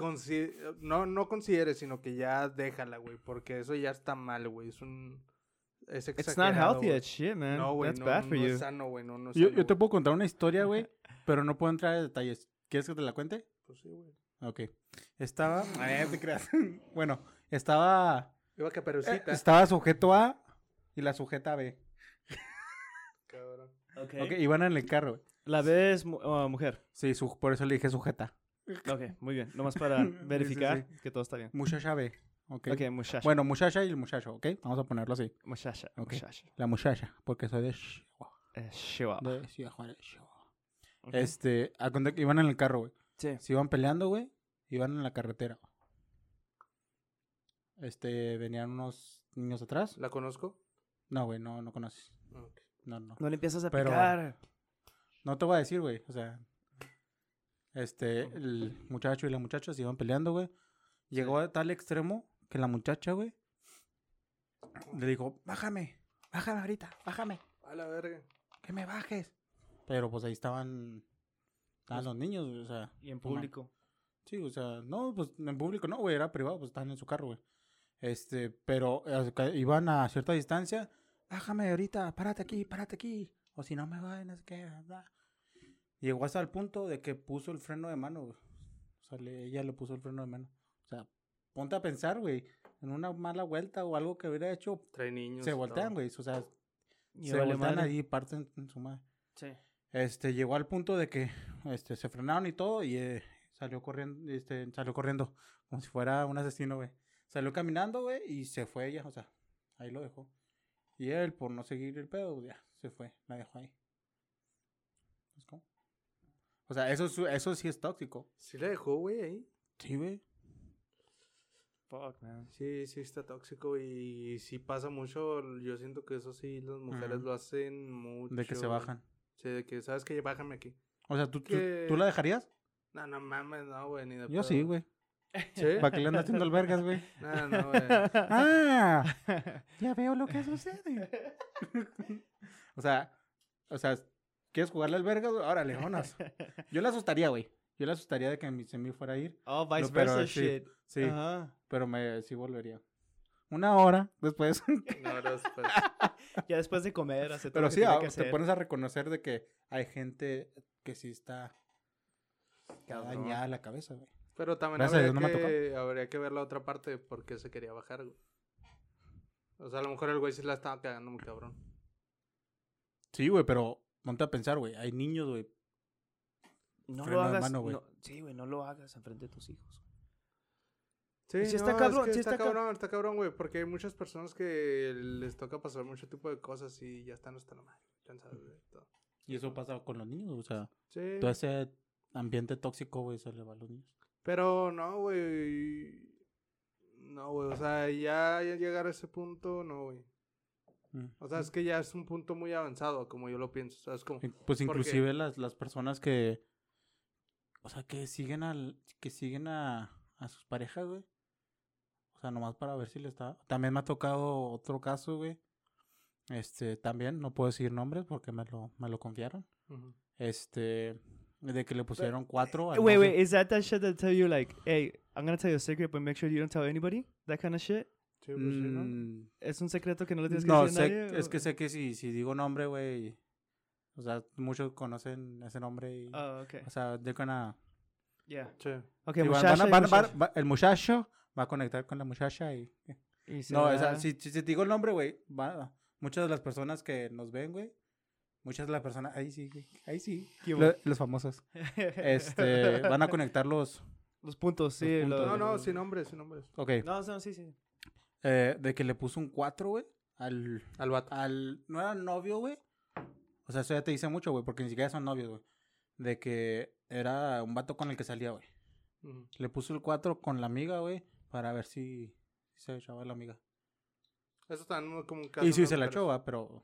No consideres, sino que ya déjala, güey. Porque eso ya está mal, güey. Es It's not exagerado, healthy güey. as shit, man. No, güey, That's no, bad for no you. es sano, güey. No es Yo sano, te güey. puedo contar una historia, güey. Pero no puedo entrar en detalles. ¿Quieres que te la cuente? Pues sí, güey. Ok. Estaba... te creas. Bueno, estaba... Iba Caperucita. Estaba sujeto A y la sujeta B. Cabrón. Ok, iban en el carro, güey. La B es mujer. Sí, por eso le dije sujeta. Ok, muy bien. Nomás para verificar que todo está bien. Muchacha B. Ok. Ok, muchacha. Bueno, muchacha y el muchacho, ¿ok? Vamos a ponerlo así. Muchacha. Ok. Muchacha. La muchacha, porque soy de Chihuahua. Chihuahua. De Ciudad Juárez, Chihuahua. Ok. A cuenta que iban en el carro, güey. Sí. Se iban peleando, güey. Iban en la carretera. Venían unos niños atrás. ¿La conozco? No, güey, no conoces. Ah, ok. No. No le empiezas a Pero- picar. No te voy a decir, güey. O sea, el muchacho y la muchacha se iban peleando, güey. Llegó a tal extremo que la muchacha, güey, le dijo, bájame ahorita, bájame, A la verga. que me bajes. Pero pues ahí estaban los niños, güey, o sea. Y en no mames. público. Sí, o sea, no, pues en público no, güey, era privado, pues estaban en su carro, güey. Pero iban a cierta distancia, bájame ahorita, párate aquí, o si no me va, no sé qué, bla. Llegó hasta el punto de que puso el freno de mano, güey. O sea, ella le puso el freno de mano. O sea, ponte a pensar, güey, en una mala vuelta o algo que hubiera hecho, Trae niños. se y voltean, todo. güey, o sea, Y se vale voltean madre. ahí y parten en su madre. Sí. Llegó al punto de que se frenaron y todo y salió corriendo como si fuera un asesino, güey. Salió caminando, güey, y se fue ella, o sea, ahí lo dejó. Y él, por no seguir el pedo, ya, se fue, la dejó ahí. ¿Sabes cómo? O sea, eso sí es tóxico. ¿Sí la dejó, güey, ahí? Sí, güey. Fuck, man. Sí está tóxico y sí pasa mucho. Yo siento que eso sí, las mujeres Ujú. lo hacen mucho. De que se bajan. Sí, de que, ¿sabes qué? Bájame aquí. O sea, ¿tú Que- la dejarías? No mames, no, güey, ni de Yo pedo. sí, güey. ¿Sí? ¿Para qué le andas haciendo albergas, güey? No, güey. ¡Ah! Ya veo lo que sucede. o sea, ¿quieres jugarle al verga? Órale, vámonos. Yo la asustaría, güey. Yo la asustaría de que se me fuera a ir. Oh, vice No, pero versa sí, shit. Sí, Ajá. pero sí volvería. 1 hora después. No, después. Ya después de comer, hace todo pero lo que sí, tiene que te hacer. pones a reconocer de que hay gente que sí está Cabrón. dañada la cabeza, güey. Pero también Gracias a habría, Dios no me habría que ver la otra parte de por qué se quería bajar, güey. O sea, a lo mejor el güey sí la estaba cagando muy cabrón. Sí, güey, pero ponte a pensar, güey. Hay niños, güey. No Freno lo de hagas. mano, güey. Sí, güey, no lo hagas enfrente de tus hijos. Sí, Sí está cabrón, es que sí está está está cabrón, güey, porque hay muchas personas que les toca pasar mucho tipo de cosas y ya están hasta la madre, cansados de todo. Y eso pasa con los niños, o sea, Sí, todo ese ambiente tóxico, güey, se le va a los niños. pero no, güey. No, güey, o sea, ya llegar a ese punto, no, güey. O sea, es que ya es un punto muy avanzado, como yo lo pienso, o sea, es como... Pues porque- inclusive las personas que, o sea, que siguen a sus parejas, güey. O sea, nomás para ver si le está. También me ha tocado otro caso, güey. También, no puedo decir nombres porque me lo confiaron. Ujú. De que le pusieron 4 al Wait, novio. is that shit that tell you like, hey, I'm gonna tell you a secret, but make sure you don't tell anybody? That kind of shit. Sí, pues sí, ¿no? ¿Es un secreto que no le tienes que No, decir a nadie? es que sé que si digo nombre, güey. O sea, muchos conocen ese nombre y. Oh, okay. O sea, they're gonna. Yeah. Sí. Okay, Sí, muchacha y muchacho. el muchacho va a conectar con la muchacha y... Y se No, va- o sea, si te digo el nombre, güey, muchas de las personas que nos ven, güey, muchas de las personas, ahí sí, güey, ahí sí, ¿Qué hubo? los famosos, van a conectar los... Los puntos, sí. Los puntos. No, sin nombres, sin nombres. Ok, No, sí, sí. de que le puso un 4, güey, Al vato. no era novio, güey, o sea, eso ya te dice mucho, güey, porque ni siquiera son novios, güey, de que era un vato con el que salía, güey. Ujú. Le puso el 4 con la amiga, güey, para ver si se echaba la amiga. Eso también es como un caso. Y sí de se la mujeres. echó, va, pero...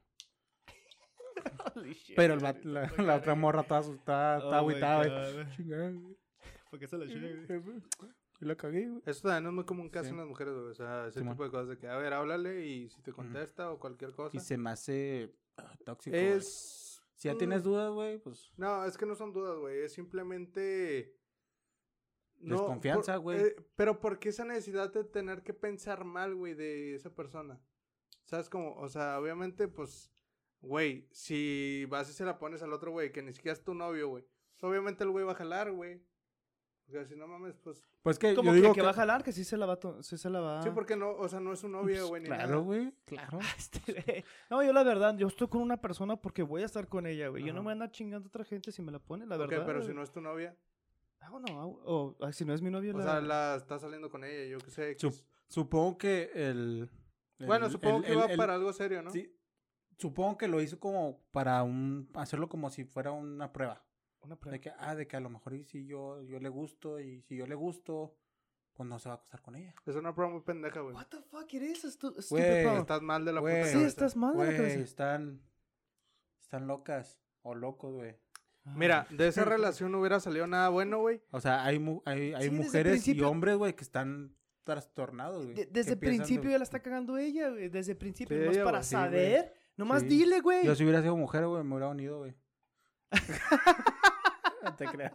Holy shit. Pero la otra morra toda asustada, Oh está my agüitada, God. güey. Chingada, güey. ¿Por qué se la chinga, güey? Y la cagué, güey. Eso también es muy común caso Sí. en las mujeres, güey. O sea, ese Simón. tipo de cosas de que, a ver, háblale y si te contesta o cualquier cosa. Y se me hace tóxico, güey. Es... Si ya tienes dudas, güey, pues... No, es que no son dudas, güey. Es simplemente... Desconfianza, güey. Pero ¿por qué esa necesidad de tener que pensar mal, güey, de esa persona? ¿Sabes cómo? O sea, obviamente, pues... Güey, si vas y se la pones al otro güey, que ni siquiera es tu novio, güey. Pues obviamente el güey va a jalar, güey. O sea, si no mames, pues... Pues que Como yo digo que va a jalar, que sí se la va sí se la va. Sí, porque no, o sea, no es su novia, Pues, güey, ni claro, nada. güey, claro. No, yo la verdad, yo estoy con una persona porque voy a estar con ella, güey. Yo no Ajá. me voy a andar chingando a otra gente si me la pone, la Ok, verdad. pero güey. si no es tu novia... Si no es mi novia, O sea, la estás saliendo con ella, yo qué sé. X. Supongo que Bueno, supongo que iba para algo serio, ¿no? Sí, supongo que lo hizo como para hacerlo como si fuera una prueba. una prueba. De que a lo mejor y si yo le gusto y si yo le gusto, pues no se va a acostar con ella. Es una prueba muy pendeja, güey. What the fuck it is? Stupid Güey, problem. Estás mal de la Güey. puta Sí, cabeza. estás mal de la Güey, cabeza. están locas o locos, güey. Mira, de esa relación no hubiera salido nada bueno, güey. O sea, hay desde el mujeres y principio- hombres, güey, que están trastornados, güey. Desde el que piensan principio de- ya la está cagando ella, güey. Desde el principio, Sí, nomás ella, para güey, sí, saber. Nomás Sí. dile, güey. Yo si hubiera sido mujer, güey, me hubiera unido, güey. No te creas.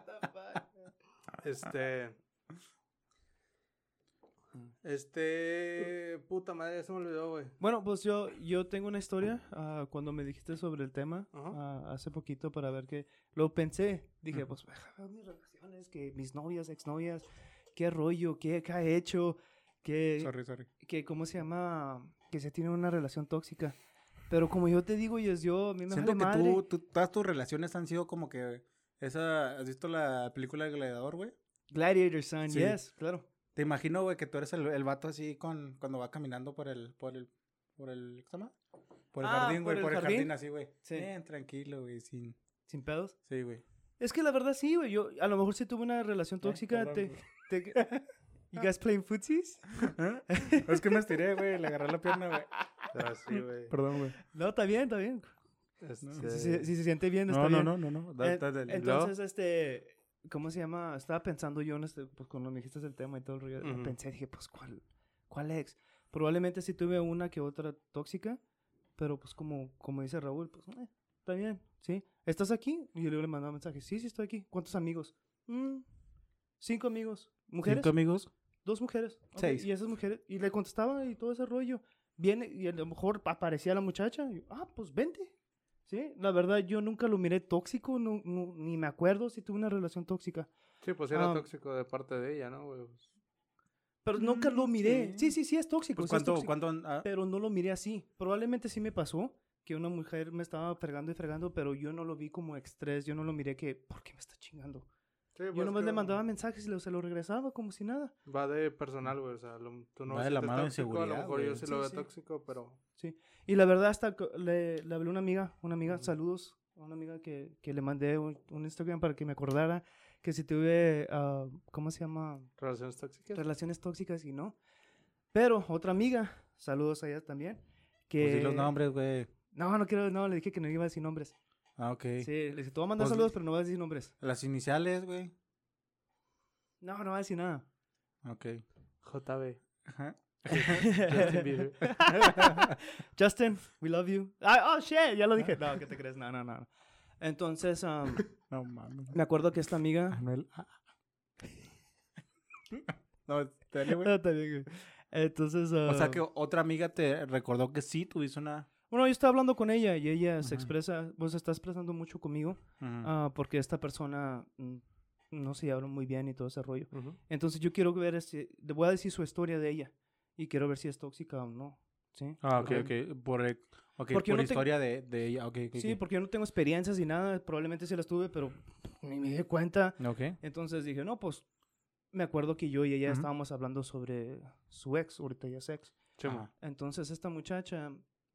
Puta madre, ya se me olvidó, güey. Bueno, pues yo tengo una historia cuando me dijiste sobre el tema Ajá. hace poquito para ver que lo pensé. Dije, Ujú. pues, mis relaciones, que mis novias, exnovias, qué rollo, qué ha hecho, Sorry. que ¿cómo se llama? Que se tiene una relación tóxica. Pero como yo te digo, yo a mí me Siento vale que madre. todas tus relaciones han sido como que ¿has visto la película del Gladiador, güey? Gladiator, son, Sí. yes, claro. Te imagino, güey, que tú eres el vato así cuando va caminando por el, ¿cómo se llama? Por el jardín, güey, por el jardín así, güey. Sí. Bien, tranquilo, güey, Sin pedos. Sí, güey. Es que la verdad sí, güey. Yo a lo mejor sí tuve una relación tóxica. cabrón, You guys playing footsies? Es que me estiré, güey, le agarré la pierna, güey. Pero sí, güey. Perdón, güey. No, está bien, está bien. Si se siente bien, está bien. No. Entonces, ¿cómo se llama? Estaba pensando yo pues cuando me dijiste el tema y todo el rollo, Ujú. pensé, dije, pues, ¿cuál ex? Probablemente sí tuve una que otra tóxica, pero pues como dice Raúl, pues, está bien, ¿sí? ¿Estás aquí? Y yo le mandaba mensaje, sí, estoy aquí. ¿Cuántos amigos? 5 amigos. ¿Mujeres? 5 amigos. 2 mujeres. Ok, 6. Y esas mujeres, y le contestaba y todo ese rollo. Viene, y a lo mejor aparecía la muchacha, y yo, pues vente. Sí, la verdad, yo nunca lo miré tóxico, ni me acuerdo si tuve una relación tóxica. Sí, pues era Ah. tóxico de parte de ella, ¿no, güey? Pero nunca lo miré. sí. Sí, es tóxico. Pues sí es tóxico. ¿cuánto? Pero no lo miré así. Probablemente sí me pasó que una mujer me estaba fregando y fregando, pero yo no lo vi como estrés. Yo no lo miré que, ¿por qué me está chingando? Sí, Yo pues nomás que le mandaba mensajes y se lo regresaba como si nada. va de personal, güey. O sea, tú no Va de la sientes mano en tóxico, a lo seguridad, mejor yo güey. sí Sí, lo veo sí. tóxico, pero... Y la verdad, hasta le hablé a una amiga, Ujú. saludos, a una amiga que le mandé un Instagram para que me acordara que si tuve, ¿cómo se llama? Relaciones tóxicas. Relaciones tóxicas y no. Pero otra amiga, saludos a ella también, que... Pues di los nombres, güey. No, le dije que no iba a decir nombres. Ah, ok. Sí, le dije, te voy a mandar Pues- saludos, pero no voy a decir nombres. Las iniciales, güey. No voy a decir nada. Ok. JB. Ajá. Justin Bieber. Justin, we love you. Oh, shit, ya lo dije. No, ¿qué te crees? No. Entonces, No mames. me acuerdo que esta amiga... Anuel. No, dale, güey. No, está bien, güey. Entonces, O sea que otra amiga te recordó que sí tuviste una. bueno, yo estaba hablando con ella y ella se Ajá. expresa, pues se está expresando mucho conmigo, Ujú. porque esta persona no se habla muy bien y todo ese rollo. Ujú. Entonces yo quiero ver, le voy a decir su historia de ella y quiero ver si es tóxica o no, ¿sí? Ah, ok. Porque Por yo no tengo- historia de ella. Ok. Sí, porque yo no tengo experiencias y nada, probablemente sí las tuve, pero ni me di cuenta. Ok. Entonces dije, no, pues me acuerdo que yo y ella Ujú. estábamos hablando sobre su ex, ahorita ya es ex. Sí, Ajá. mo. Entonces esta muchacha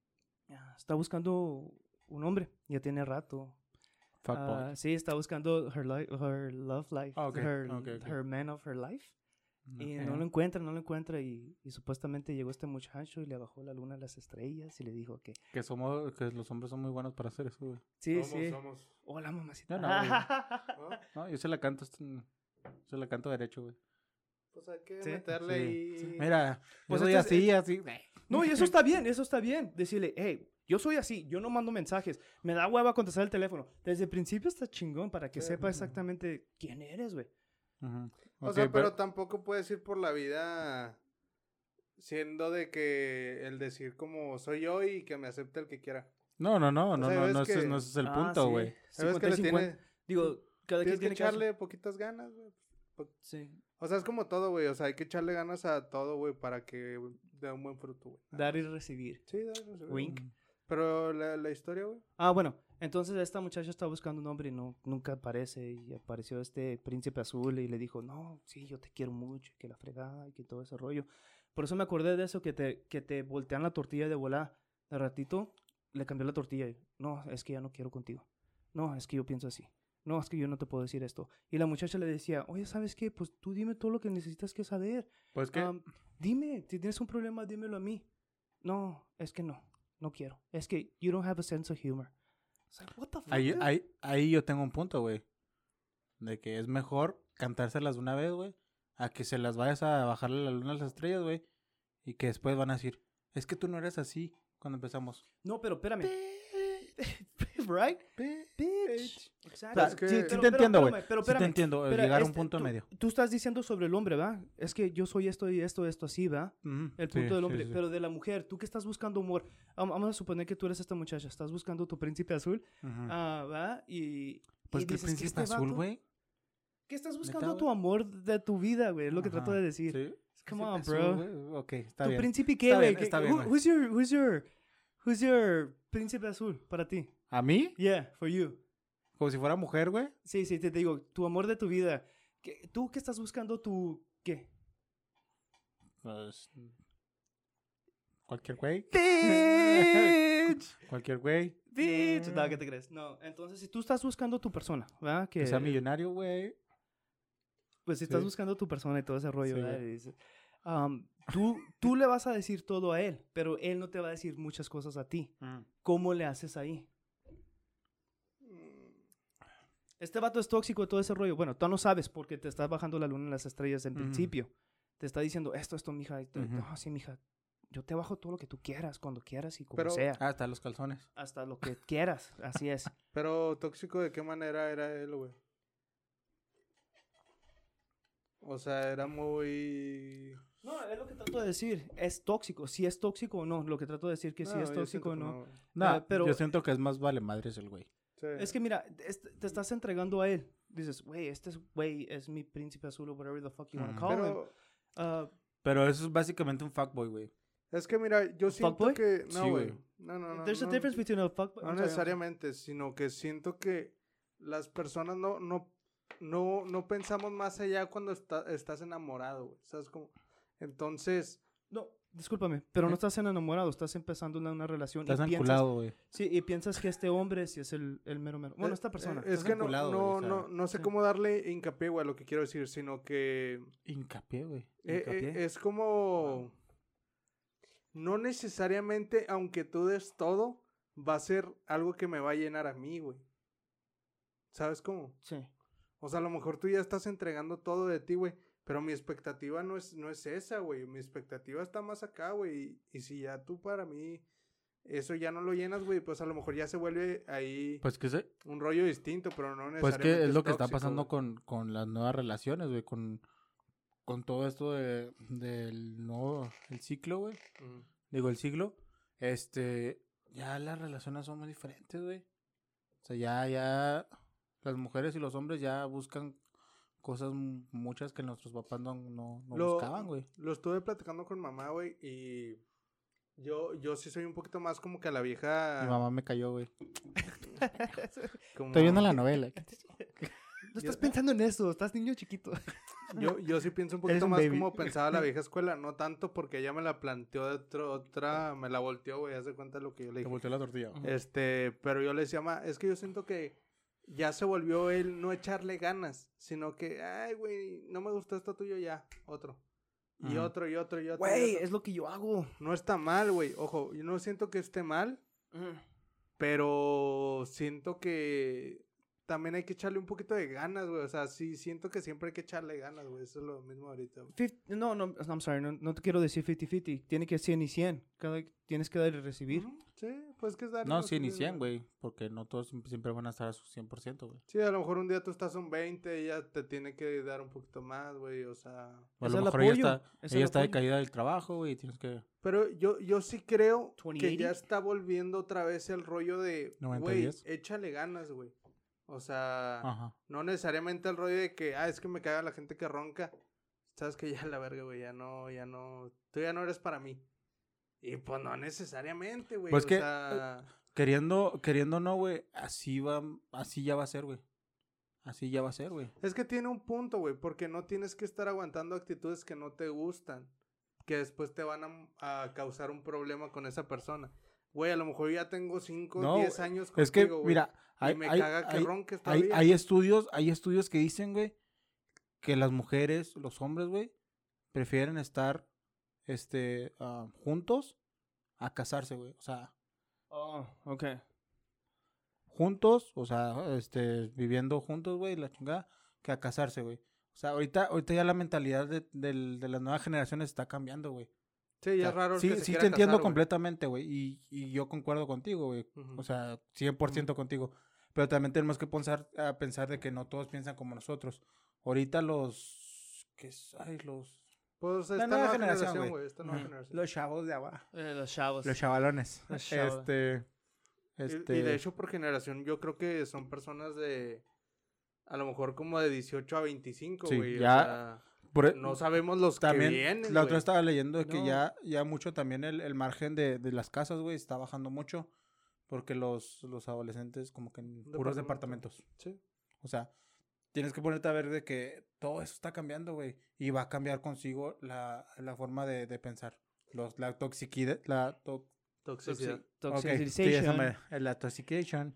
está buscando un hombre, ya tiene rato. Fuckboy. Sí, está buscando her love life, Ah, ok, her, ok. her man of her life. Y Ok. no lo encuentra y supuestamente llegó este muchacho y le bajó la luna a las estrellas y le dijo que Que los hombres son muy buenos para hacer eso, güey. sí, Somos. hola mamacita. No, güey. ¿No? No, yo se la canto. Se la canto derecho, güey. Pues hay que Sí. meterle Sí. ahí... Mira, Pues yo soy entonces, así. No, y eso está bien. Decirle, hey, yo soy así, yo no mando mensajes, me da hueva contestar el teléfono. Desde el principio está chingón para que Sí. sepa exactamente quién eres, güey. Ujú. O Ok, sea, pero tampoco puedes ir por la vida siendo de que el decir como soy yo y que me acepte el que quiera. No, sea, ves ese que- no ese es el Ah, punto, sí. güey. ¿Sabes que le 50 y 50. tiene... Digo, cada quien Tienes que tiene echarle poquitas ganas, güey. Sí. O sea, es como todo, güey. O sea, hay que echarle ganas a todo, güey, para que dé un buen fruto, güey. Dar y recibir. Sí, dar y recibir, Wink. güey. Pero la historia, güey. Bueno, entonces esta muchacha está buscando un hombre y nunca aparece. Y apareció este príncipe azul y le dijo, no, sí, yo te quiero mucho, y que la fregada y que todo ese rollo. Por eso me acordé de eso, que te voltean la tortilla de volada. De ratito le cambió la tortilla. Y, no, es que ya no quiero contigo. No, es que yo pienso así. No, es que yo no te puedo decir esto. Y la muchacha le decía, oye, ¿sabes qué? Pues tú dime todo lo que necesitas que saber. Pues que Dime, si tienes un problema, dímelo a mí. No, es que no quiero. Es que you don't have a sense of humor. It's like, what the fuck? dude? ahí yo tengo un punto, güey. De que es mejor cantárselas de una vez, güey, a que se las vayas a bajarle la luna a las estrellas, güey, y que después van a decir, es que tú no eres así cuando empezamos. No, pero espérame. Right? Bitch. Exacto. O sea, Es que- sí, Pero- te entiendo, güey. espérame, pero Sí te espérame. entiendo, Espera, llegar a un este, punto tú- medio. Tú estás diciendo sobre el hombre, ¿va? Es que yo soy esto y esto, así, ¿va? Ujú, El sí, punto del sí, hombre. sí. Pero de la mujer, tú que estás buscando amor. Vamos a suponer que tú eres esta muchacha. Estás buscando tu príncipe azul. Ujú. ¿Va? Y Pues y que el dices que príncipe este azul, vato- güey. Que estás ¿Neta, buscando güey? tu amor de tu vida, güey. Es lo que trato Ajá, de decir. sí. Come Príncipe on, azul, bro. güey. Ok, está ¿Tu bien. príncipe qué, Está güey? bien, está bien, güey. Who's your príncipe azul para ti? ¿A mí? Yeah, for you. Como si fuera mujer, güey. Sí, te digo, tu amor de tu vida. ¿Tú qué estás buscando tu qué? Pues, cualquier güey. Bitch. Cualquier güey. Bitch. No, ¿qué te crees? No, entonces si tú estás buscando tu persona, ¿verdad? Que sea millonario, güey. Pues si estás Sí. buscando tu persona y todo ese rollo, Sí, ¿verdad? güey. Y dices, tú le vas a decir todo a él, pero él no te va a decir muchas cosas a ti. ¿Cómo le haces ahí? Este vato es tóxico, todo ese rollo. Bueno, tú no sabes porque te estás bajando la luna en las estrellas en Ujú. principio. Te está diciendo esto, mija. Ujú. No, sí, mija. Yo te bajo todo lo que tú quieras, cuando quieras y como Pero- sea. Hasta los calzones. Hasta lo que quieras. Así es. Pero tóxico, ¿de qué manera era él, güey? O sea, era muy No, es lo que trato de decir. Es tóxico. Si es tóxico o no. Lo que trato de decir que si es yo tóxico o siento que no. güey. No, pero- yo siento que es más vale madres el güey. Sí. Es que mira, te estás entregando a él. Dices, güey, güey es mi príncipe azul o whatever the fuck you want to call him. Pero Ah, Pero eso es básicamente un fuckboy, güey. es que mira, yo siento fuckboy? que... Sí, No, güey. güey. No. there's a difference between a fuckboy. No I'm sorry, necesariamente, sino que siento que las personas no pensamos más allá cuando estás enamorado, güey. ¿Sabes cómo? Entonces, No, discúlpame, pero no estás enamorado, estás empezando una relación Estás y piensas, enculado, güey. sí, y piensas que este hombre sí es el mero mero. Bueno, esta persona. es estás que enculado, güey, o sea, no sé sí. cómo darle hincapié, güey, a lo que quiero decir, sino que Hincapié, güey. Hincapié. es como... No necesariamente, aunque tú des todo, va a ser algo que me va a llenar a mí, güey. ¿Sabes cómo? Sí. O sea, a lo mejor tú ya estás entregando todo de ti, güey. Pero mi expectativa no es esa, güey. Mi expectativa está más acá, güey. Y si ya tú para mí eso ya no lo llenas, güey, pues a lo mejor ya se vuelve ahí Pues que sé. un rollo distinto, pero no Pues necesariamente que es lo que está tóxico, pasando güey. con las nuevas relaciones, güey. Con todo esto del nuevo... El ciclo, güey. Ujú. Digo, el siglo. Ya las relaciones son muy diferentes, güey. O sea, ya... Las mujeres y los hombres ya buscan cosas muchas que nuestros papás no buscaban, güey. Lo estuve platicando con mamá, güey, y yo sí soy un poquito más como que a la vieja... Mi mamá me cayó, güey. como- Estoy viendo la novela. No estás pensando en eso, estás niño chiquito. Yo sí pienso un Eres poquito un más baby. como pensaba la vieja escuela, no tanto porque ella me la planteó de otra, me la volteó, güey, haz de cuenta lo que yo le Te dije. volteó la tortilla. Pero yo le decía, ma, es que yo siento que ya se volvió él no echarle ganas, sino que, ay, güey, no me gustó esto tuyo ya, otro. Y Ujú. otro, y otro, y otro. Güey, y otro. es lo que yo hago. No está mal, güey, ojo, yo no siento que esté mal, pero siento que también hay que echarle un poquito de ganas, güey, o sea, sí, siento que siempre hay que echarle ganas, güey, eso es lo mismo ahorita, güey. No, I'm sorry, no te quiero decir 50-50. Tiene que ser 100 y 100. Tienes que dar y recibir. Ujú, sí, pues que es dar. No, sí, ni 100, güey. Porque no todos siempre van a estar a su 100%, güey. Sí, a lo mejor un día tú estás a un 20 y ella te tiene que dar un poquito más, güey, o sea... O a Es lo el mejor apoyo, ella es el está apoyo. decaída del trabajo, güey, y tienes que... Pero yo sí creo que 2080. ya está volviendo otra vez el rollo de, güey, 90-10. échale ganas, güey. O sea, Ajá. no necesariamente el rollo de que, es que me caga la gente que ronca. Sabes que ya la verga, güey, tú ya no eres para mí. Y pues no necesariamente, güey. Pues o que, sea, Queriendo no, güey, así ya va a ser, güey. Así ya va a ser, güey. es que tiene un punto, güey, porque no tienes que estar aguantando actitudes que no te gustan, que después te van a causar un problema con esa persona. Güey, a lo mejor ya tengo 5, No, 10 años contigo, Es que, güey, mira, y me caga que ronques todavía. hay estudios que dicen, güey, que las mujeres, los hombres, güey, prefieren estar, juntos a casarse, güey. O sea, Oh, ok. juntos, o sea, viviendo juntos, güey, la chingada, que a casarse, güey. O sea, ahorita ya la mentalidad de las nuevas generaciones está cambiando, güey. Sí, ya O es sea, raro el sí, que se sí quiera te entiendo casar, güey. completamente, güey. Y yo concuerdo contigo, güey. Ujú. O sea, 100% contigo. Pero también tenemos que pensar de que no todos piensan como nosotros. Ahorita Pues la esta nueva nueva generación, generación, güey. güey, esta nueva Ujú. generación. Los chavos de agua. Los chavos. Los chavalones. Los chavos. Y de hecho, por generación, yo creo que son personas de... A lo mejor como de 18 a 25, Sí, güey. ya- O sea, no sabemos los también, que vienen, la otra güey. estaba leyendo de que No. ya mucho también el margen de las casas, güey, está bajando mucho. Porque los adolescentes como que en puros Departamento. departamentos. Sí. O sea, tienes que ponerte a ver de que todo eso está cambiando, güey. Y va a cambiar consigo la forma de pensar. La toxicidad. Toxicidad. Toxicization. La toxication.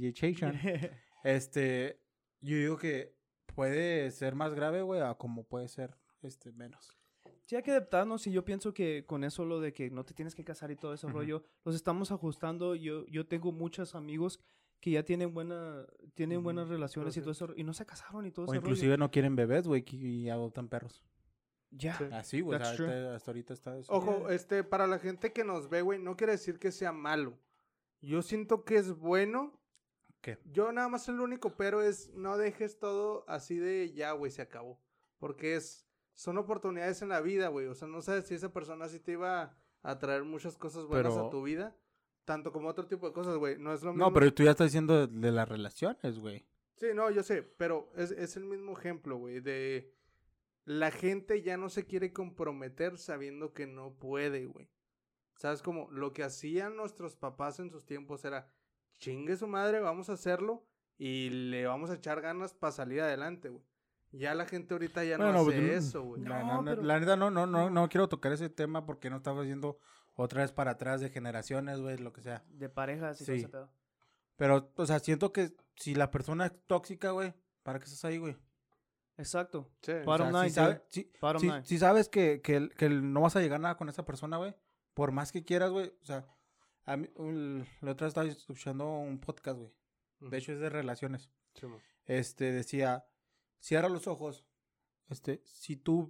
Yo digo que puede ser más grave, güey, a como puede ser menos. Sí, hay que adaptarnos y yo pienso que con eso lo de que no te tienes que casar y todo ese Ujú. rollo, los estamos ajustando. Yo tengo muchos amigos que ya tienen buenas relaciones y todo eso, y no se casaron y todo O ese inclusive no quieren bebés, güey, y adoptan perros. rollo. Ya. Sí. Así, güey. That's Hasta ahorita está eso. Ojo, para la gente que nos ve, güey, no quiere decir que sea malo. Yo siento que es bueno. ¿Qué? Yo nada más el único pero es no dejes todo así de ya, güey, se acabó. Porque son oportunidades en la vida, güey. O sea, no sabes si esa persona sí te iba a traer muchas cosas buenas Pero- a tu vida, tanto como otro tipo de cosas, güey. No es lo mismo. No, pero tú ya estás diciendo de las relaciones, güey. Sí, no, yo sé, pero es el mismo ejemplo, güey, de la gente ya no se quiere comprometer sabiendo que no puede, güey. ¿Sabes? Como lo que hacían nuestros papás en sus tiempos era, chingue su madre, vamos a hacerlo y le vamos a echar ganas para salir adelante, güey. Ya la gente ahorita ya no Bueno, hace eso, güey. No, pero- La neta no quiero tocar ese tema porque no estamos yendo otra vez para atrás de generaciones, güey, lo que sea. De parejas y Sí. todo ese pedo. Pero, o sea, siento que si la persona es tóxica, güey, ¿para qué estás ahí, güey? Exacto. Sí. O Bottom sea, line, si, sabe- dude. si- Bottom si- line. si sabes que no vas a llegar nada con esa persona, güey, por más que quieras, güey, o sea, a mí, la otra vez estaba escuchando un podcast, güey, de hecho es de relaciones, Sí, mo. decía, cierra los ojos, si tú,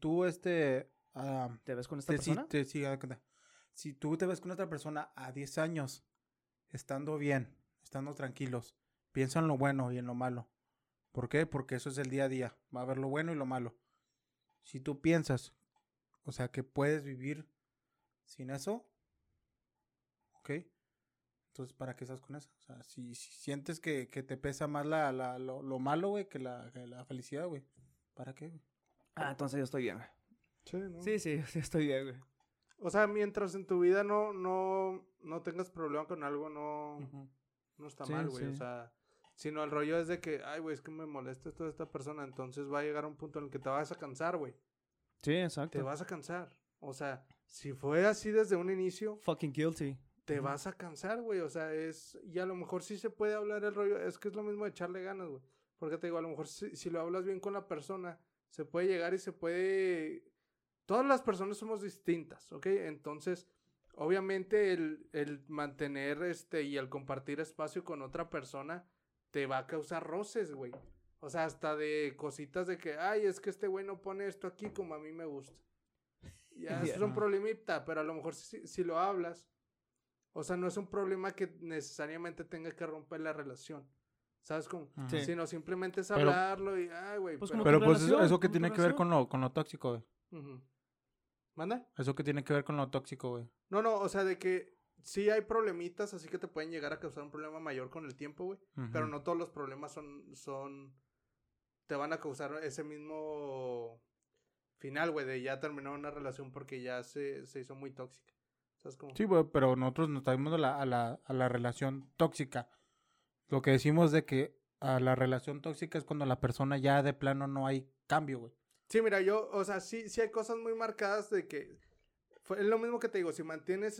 ¿Te ves con esta sí, persona? sí, haz de cuenta. Si tú te ves con otra persona a 10 años, estando bien, estando tranquilos, piensa en lo bueno y en lo malo. ¿Por qué? Porque eso es el día a día. Va a haber lo bueno y lo malo. Si tú piensas, o sea, que puedes vivir sin eso, ¿ok? Entonces, ¿para qué estás con eso? O sea, si sientes que te pesa más lo malo, güey, que la felicidad, güey, ¿para qué, güey? Ah, entonces yo estoy bien, güey. Sí, ¿no? Sí, sí estoy bien, güey. O sea, mientras en tu vida no tengas problema con algo, no está Sí, mal, güey. sí. O sea, sino el rollo es de que, ay, güey, es que me molesta toda esta persona. Entonces va a llegar un punto en el que te vas a cansar, güey. Sí, exacto. Te vas a cansar. O sea, si fue así desde un inicio, Fucking guilty. te vas a cansar, güey. O sea, y a lo mejor sí se puede hablar el rollo. Es que es lo mismo de echarle ganas, güey. Porque te digo, a lo mejor si lo hablas bien con la persona, se puede llegar y se puede... Todas las personas somos distintas, ¿ok? Entonces, obviamente el mantener y el compartir espacio con otra persona te va a causar roces, güey. O sea, hasta de cositas de que, ay, es que este güey no pone esto aquí como a mí me gusta. Ya, eso es un Ajá. problemita, pero a lo mejor si lo hablas, o sea, no es un problema que necesariamente tenga que romper la relación. ¿Sabes cómo? Ajá. Sí. Sino simplemente es Pero- hablarlo y, ay, güey, Pues pero... como Pero tu pues relación, eso que como tu tiene que ver relación. con lo tóxico, güey. Ujú. ¿Manda? Eso que tiene que ver con lo tóxico, güey. No, o sea, de que sí hay problemitas, así que te pueden llegar a causar un problema mayor con el tiempo, güey. Pero no todos los problemas te van a causar ese mismo final, güey, de ya terminar una relación porque ya se hizo muy tóxica. ¿Sabes cómo? Sí, güey, pero nosotros nos estamos viendo a la relación tóxica. Lo que decimos de que a la relación tóxica es cuando la persona ya de plano no hay cambio, güey. Sí, mira, o sea, sí hay cosas muy marcadas de que es lo mismo que te digo, si mantienes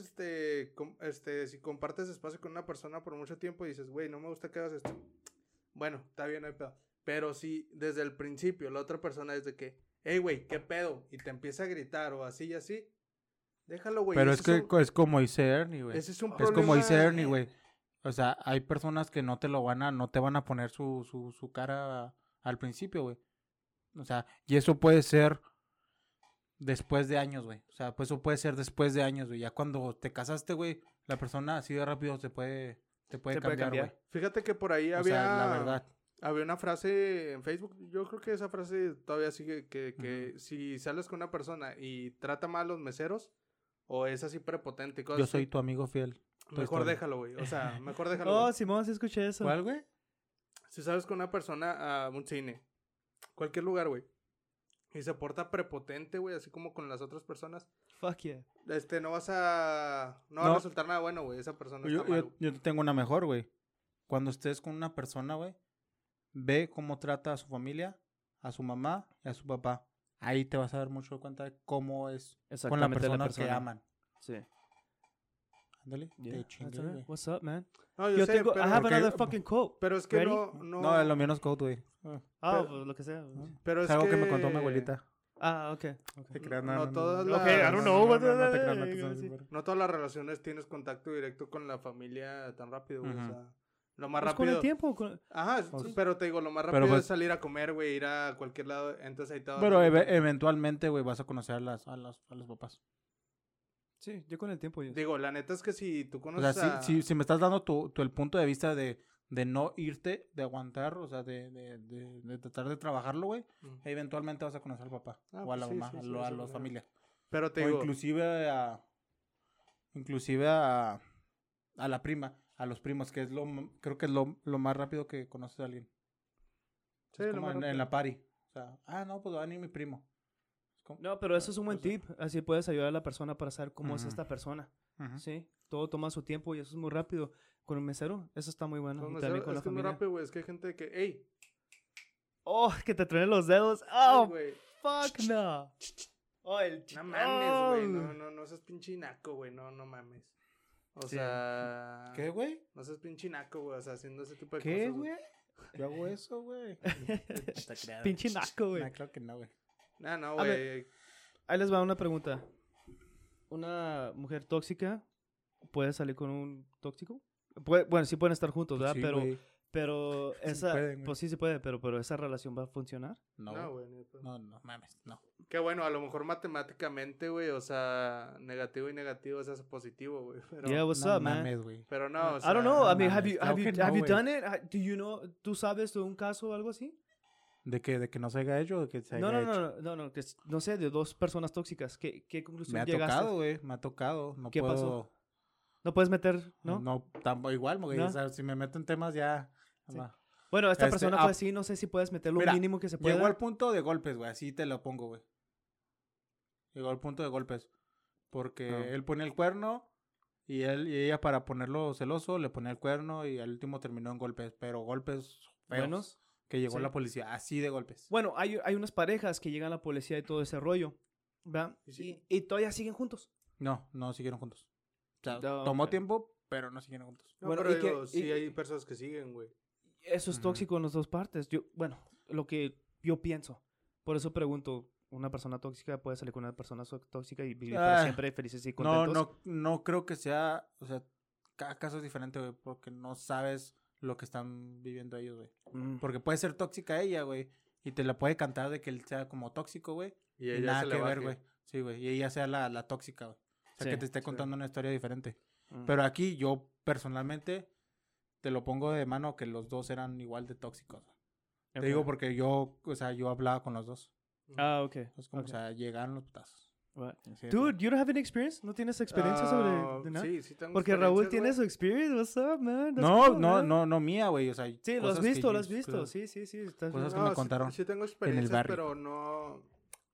si compartes espacio con una persona por mucho tiempo y dices, güey, no me gusta que hagas esto. Bueno, está bien, no hay pedo. Pero si desde el principio la otra persona es de que, hey, güey, ¿qué pedo? Y te empieza a gritar o así y así, déjalo, güey. Pero ese es que es como dice Ernie, güey. ese es un Es problema. como dice Ernie, güey. O sea, hay personas que no te van a poner su cara al principio, güey. O sea, y eso puede ser después de años, güey. O sea, pues eso puede ser después de años, güey. Ya cuando te casaste, güey, la persona así de rápido te puede cambiar, güey. Fíjate que por ahí O había... sea, la verdad. Había una frase en Facebook, yo creo que esa frase todavía sigue, que si sales con una persona y trata mal a los meseros, o es así prepotente y cosas Yo así, soy tu amigo fiel. mejor Story. déjalo, güey. O sea, mejor déjalo, Oh, güey. Simón, sí escuché eso. ¿Cuál, güey? Si sales con una persona a un cine, cualquier lugar, güey, y se porta prepotente, güey, así como con las otras personas, Fuck yeah. no va a No. resultar nada bueno, güey. Esa persona Yo, está mal, güey. yo te tengo una mejor, güey. Cuando estés con una persona, güey, ve cómo trata a su familia, a su mamá y a su papá. Ahí te vas a dar mucho cuenta de cómo es con la Exactamente persona que aman. Sí. Ándale, Yeah, te chingué, that's alright. güey. What's up, man? No, Yo sé, tengo... pero, I have porque- another fucking quote. pero es que Ready? No, lo mío no es code, güey. Ah, pero- pues lo que sea. pero Es algo que me contó mi abuelita. Ah, ok. Te creas, no todas no. las- Ok, I don't know, No what te creas, no te iba a creas, decir. No todas las relaciones tienes contacto directo con la familia tan rápido, güey. Ujú. O sea, lo más Pues con rápido. el tiempo. Ajá, Pues- pero te digo, lo más Pero rápido pues- es salir a comer, güey, ir a cualquier lado. Entonces ahí te vas Pero dando cuenta. eventualmente, güey, vas a conocer a los papás. Sí, yo con el tiempo. Yo. Digo, la neta es que si tú O conoces sea, a... si me estás dando el punto de vista de de no irte, de aguantar, o sea, de tratar de trabajarlo, güey, eventualmente vas a conocer al papá Ah, o a la pues sí, mamá, sí, a, sí, lo- a eso las claro. familias. Pero te O digo, inclusive a la prima, a los primos, que es creo que es lo más rápido que conoces a alguien. sí, Es lo como más en rápido. la party. O sea, no, pues va a venir mi primo. Es como- No, pero eso es un buen o sea, tip. Así puedes ayudar a la persona para saber cómo es Ujú. esta persona. Ujú. Sí, todo toma su tiempo y eso es muy rápido. Con un mesero, eso está muy bueno. Con Y mesero, también con es la que es muy familia. rápido, güey. Es que hay gente que, ey, Oh, que te truenen los dedos. ay, Oh, güey. fuck no. Oh, No mames, güey. Oh. No seas pinche naco, güey. No mames. O Sí. sea. ¿Qué, güey? No seas pinche naco, güey. O sea, haciendo ese tipo de ¿Qué, cosas. güey? Yo hago eso, güey. Pinche naco, güey. No, claro que no, güey. No, A güey. Ahí les va una pregunta. ¿Una mujer tóxica puede salir con un tóxico? Bueno, sí pueden estar juntos, ¿verdad? Sí, pero güey. pero Sí esa... pueden, güey. pues sí se puede, pero esa relación va a funcionar. No, No, güey. güey. ni de pedo. No, mames, no. Que bueno, a lo mejor matemáticamente, güey. O sea, negativo y negativo es positivo, güey. Pero, Yeah, what's no up, man? mames, güey. pero no, o sea. I don't know. I mean, mames, have you claro que no, have you güey. done it? Do you know? ¿Tú sabes de un caso o algo así? ¿De que no se haya hecho o de que se haya No, hecho? no, no sé, de dos personas tóxicas. ¿Qué conclusión Me ha llegaste? tocado, güey. Me ha tocado. No ¿Qué puedo... pasó? No puedes meter, ¿no? No, tampoco igual, güey. ¿No? O sea, si me meto en temas ya... Sí. va. Bueno, esta Este, persona fue así, no sé si puedes meter lo mira, mínimo que se pueda. Llegó al punto de golpes, güey. Así te lo pongo, güey. Llegó al punto de golpes. Porque Ah. él ponía el cuerno y ella para ponerlo celoso le ponía el cuerno y al último terminó en golpes. Pero golpes feos. Buenos. Que llegó Sí. la policía. Así de golpes. Bueno, hay unas parejas que llegan a la policía y todo ese rollo, ¿verdad? Y sí. Y todavía siguen juntos. No siguieron juntos. O sea, No, tomó ok. tiempo, pero no siguieron juntos. No, Bueno, pero y que- digo, sí y- hay personas que siguen, güey. Eso es Ujú. tóxico en las dos partes. Bueno, lo que yo pienso. Por eso pregunto, ¿una persona tóxica puede salir con una persona tóxica y vivir para Ah, siempre felices y No, contentos? no creo que sea... O sea, cada caso es diferente, güey. Porque no sabes lo que están viviendo ellos, güey. Mm. Porque puede ser tóxica ella, güey. Y te la puede cantar de que él sea como tóxico, güey. Y Y ella nada se le que ver, baje. güey. Sí, güey. Y ella sea la tóxica, güey. O sea, Sí, que te esté sí. contando una historia diferente. Mm. Pero aquí yo, personalmente, te lo pongo de mano que los dos eran igual de tóxicos. Ok. Te digo porque yo hablaba con los dos. Ah, ok. Es como, ok. o sea, llegaron los putazos. Right. Así de Dude, you don't have any experience? ¿No tienes experiencia sobre Ah, de nada? Sí tengo Porque Raúl experiencias, tiene güey. su experience. What's up, man? That's No, cool, no, man. no mía, güey. O sea, Sí, lo has cosas que visto, yo- lo has visto. claro. Sí. Estás Cosas que bien. me contaron Sí tengo en el experiencias, barrio. pero no...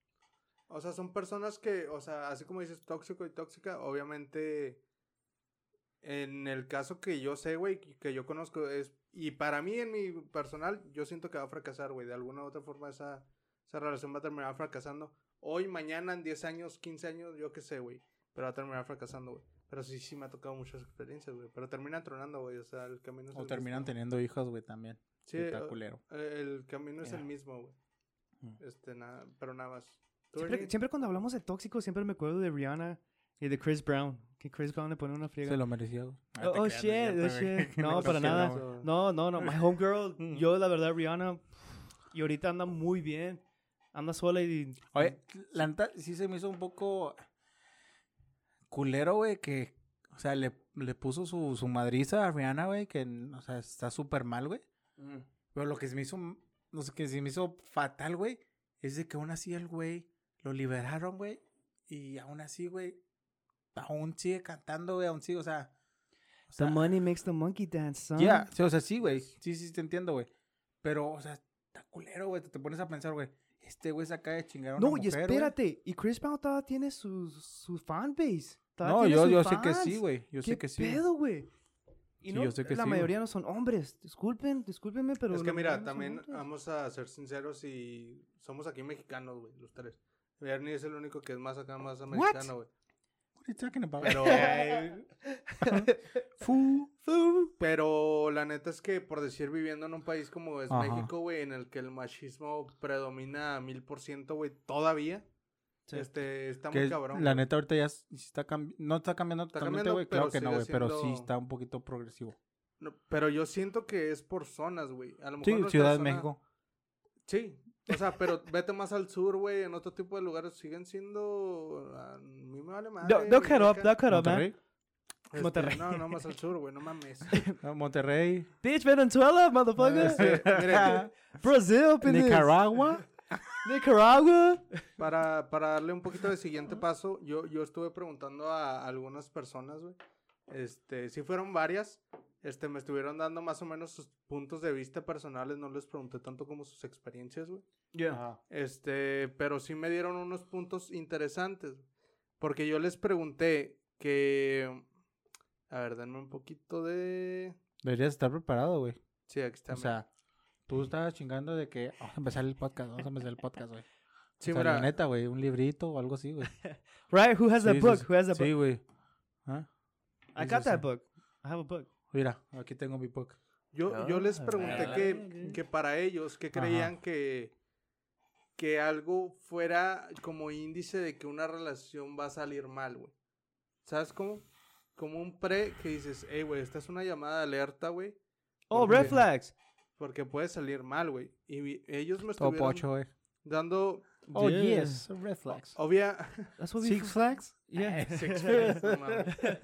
O sea, son personas que, o sea, así como dices tóxico y tóxica, obviamente, en el caso que yo sé, güey, que yo conozco, es... Y para mí, en mi personal, yo siento que va a fracasar, güey. De alguna u otra forma, esa relación va a terminar fracasando. Hoy, mañana, en 10 años, 15 años, yo qué sé, güey. Pero va a terminar fracasando, güey. Pero sí me ha tocado muchas experiencias, güey. Pero terminan tronando, güey. O sea, el camino es O el terminan mismo. teniendo hijos, güey, también. Sí, Está culero. el camino es Ya. el mismo, güey. Mm. Nada, pero nada más. ¿Tú, Siempre, Ernie? siempre cuando hablamos de tóxico, siempre me acuerdo de Rihanna y de Chris Brown. Que Chris Brown le pone una friega. Se lo merecía, güey. Ah, Oh, te creas, shit, es oh, cierto, güey. shit. No, No, para sí, nada. no. No, my homegirl, Mm. yo la verdad, Rihanna, y ahorita anda muy bien. Anda sola y... Oye, la neta sí se me hizo un poco culero, güey, que, o sea, le puso su madriza a Rihanna, güey, que, o sea, está súper mal, güey. Mm. Pero lo que se me hizo, no sé, que se me hizo fatal, güey, es de que aún así el güey lo liberaron, güey, y aún así, güey, aún sigue cantando, güey, aún sigue, o sea... The money makes the monkey dance, son. Ya, sí, o sea, sí, güey, sí, te entiendo, güey. Pero, o sea, está culero, güey, te pones a pensar, güey, este güey se acaba de chingar a una No, mujer, y güey. espérate. Y Chris Brown todavía tiene su fanbase. No, yo sé que sí, güey, yo sé ¿Qué que sí. pedo, güey? Y Sí, no, yo sé que la sí, mayoría no son hombres. Discúlpenme, pero... Es que la mira, mayoría no son también hombres. vamos a ser sinceros y somos aquí mexicanos, güey, los tres. Ernie es el único que es más acá, más americano, güey. What are you talking about? Pero, pero la neta es que por decir viviendo en un país como es Ajá. México, güey, en el que el machismo predomina 1000%, güey, todavía, Sí. está Que muy es- cabrón. la güey. neta ahorita ya sí está no está cambiando Está totalmente, cambiando, güey, claro pero que no, sigue güey, pero sí siendo- está un poquito progresivo. No, pero yo siento que es por zonas, güey. A lo mejor Sí, nuestra Ciudad de zona- México. Sí, o sea, pero vete más al sur, güey, en otro tipo de lugares siguen siendo... A mí me vale madre. They'll cut up, acá. they'll cut up, man. Monterrey. Monterrey. No, más al sur, güey, no mames. Monterrey. Bitch, Venezuela, motherfucker. Mire, Brazil, pendejo. Nicaragua. Nicaragua. para darle un poquito de siguiente paso, yo estuve preguntando a algunas personas, güey. Sí fueron varias. Me estuvieron dando más o menos sus puntos de vista personales. No les pregunté tanto como sus experiencias, güey. Yeah. Pero sí me dieron unos puntos interesantes. Porque yo les pregunté que... A ver, denme un poquito de... Deberías estar preparado, güey. Sí, aquí está. O sea, tú estabas chingando de que vamos a empezar el podcast, güey. sí, O sea, mira, la neta, güey, un librito o algo así, güey. Right? Who has that Sí, book? sí, Who has that Sí, book? güey. ¿Ah? I Sí, got sí, that sí. book. I have a book. Mira, aquí tengo mi book. yo les pregunté Ah, que para ellos, que creían que algo fuera como índice de que una relación va a salir mal, güey. ¿Sabes cómo? Como un pre que dices, hey, güey, esta es una llamada de alerta, güey. Oh, Porque- red flags. Porque puede salir mal, güey. Y ellos me Top estuvieron 8, güey. dando Oh, Yeah. yes, red flags. obvia... That's what we Six Flags? Yeah. Six Flags, no mames.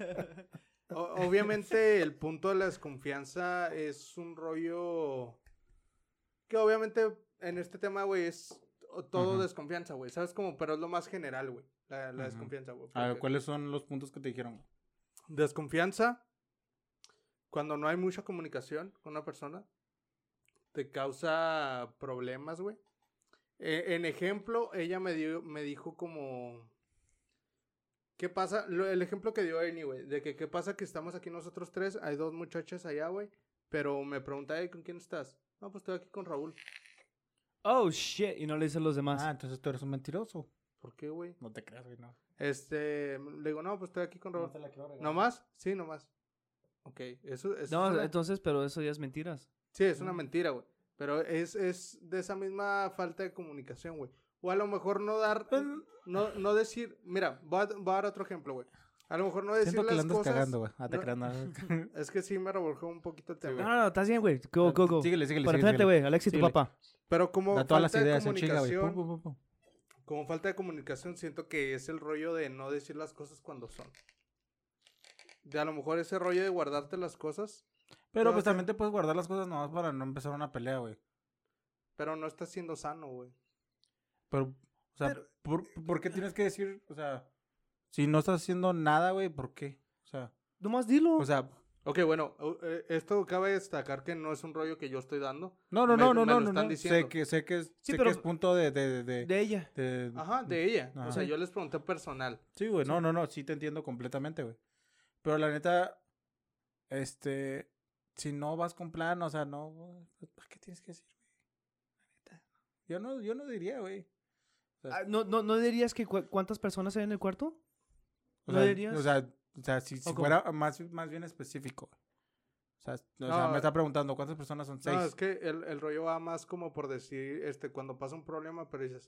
Obviamente el punto de la desconfianza es un rollo que obviamente en este tema, güey, es todo Ujú. desconfianza, güey. ¿Sabes cómo? Pero es lo más general, güey. La Ujú. desconfianza, güey. A ver, porque ¿cuáles son los puntos que te dijeron? Desconfianza, cuando no hay mucha comunicación con una persona, te causa problemas, güey. En ejemplo, ella me dijo como... ¿Qué pasa? El ejemplo que dio Ernie, güey, de que qué pasa que estamos aquí nosotros tres, hay dos muchachas allá, güey, pero me pregunta, ¿con quién estás? No, pues estoy aquí con Raúl. Oh, shit. Y no le dicen los demás. Ah, entonces tú eres un mentiroso. ¿Por qué, güey? No te creas, güey, no. Le digo, no, pues estoy aquí con Raúl. te la quiero regalar. ¿No más? Sí, no más. Ok, eso no, es una- entonces, pero eso ya es mentiras. Sí, es una mentira, güey. Pero es de esa misma falta de comunicación, güey. O a lo mejor no dar, no decir, mira, voy a dar otro ejemplo, güey. A lo mejor no decir Siento que le las andas cosas. cagando, güey. Ah, te no- creas, no. Es que sí me revolcó un poquito el tema. No, estás bien, güey. Go, go, go. Síguele, síguele, Para síguele, frente, güey. Alexi, tu Síguele. papá. Pero como Da todas las falta de ideas en chinga, güey. comunicación, Pum, pum, pum, pum. como falta de comunicación, siento que es el rollo de no decir las cosas cuando son. De a lo mejor ese rollo de guardarte las cosas, Pero No, pues sí. también te puedes guardar las cosas nomás para no empezar una pelea, güey. pero no está siendo sano, güey. Pero, o sea, ¿por qué tienes que decir, o sea, si no estás haciendo nada, güey, ¿por qué? Nomás dilo. O sea, Ok, bueno, esto cabe destacar que no es un rollo que yo estoy dando. no, Me lo están no. diciendo. Sé que Sí, sé pero- que es punto de de ella. Ajá, de ella. Ajá. O sea, yo les pregunté personal. Sí, güey, no, sí te entiendo completamente, güey. Pero la neta, si no vas con plan, o sea, no, güey, ¿para qué tienes que decir, güey? La neta. Yo no diría, güey. Ah, ¿No dirías que cuántas personas hay en el cuarto? O ¿No sea, dirías? o sea, si cómo? fuera más bien específico. O sea, No, me está preguntando cuántas personas son. 6. No, es que el rollo va más como por decir, cuando pasa un problema, pero dices,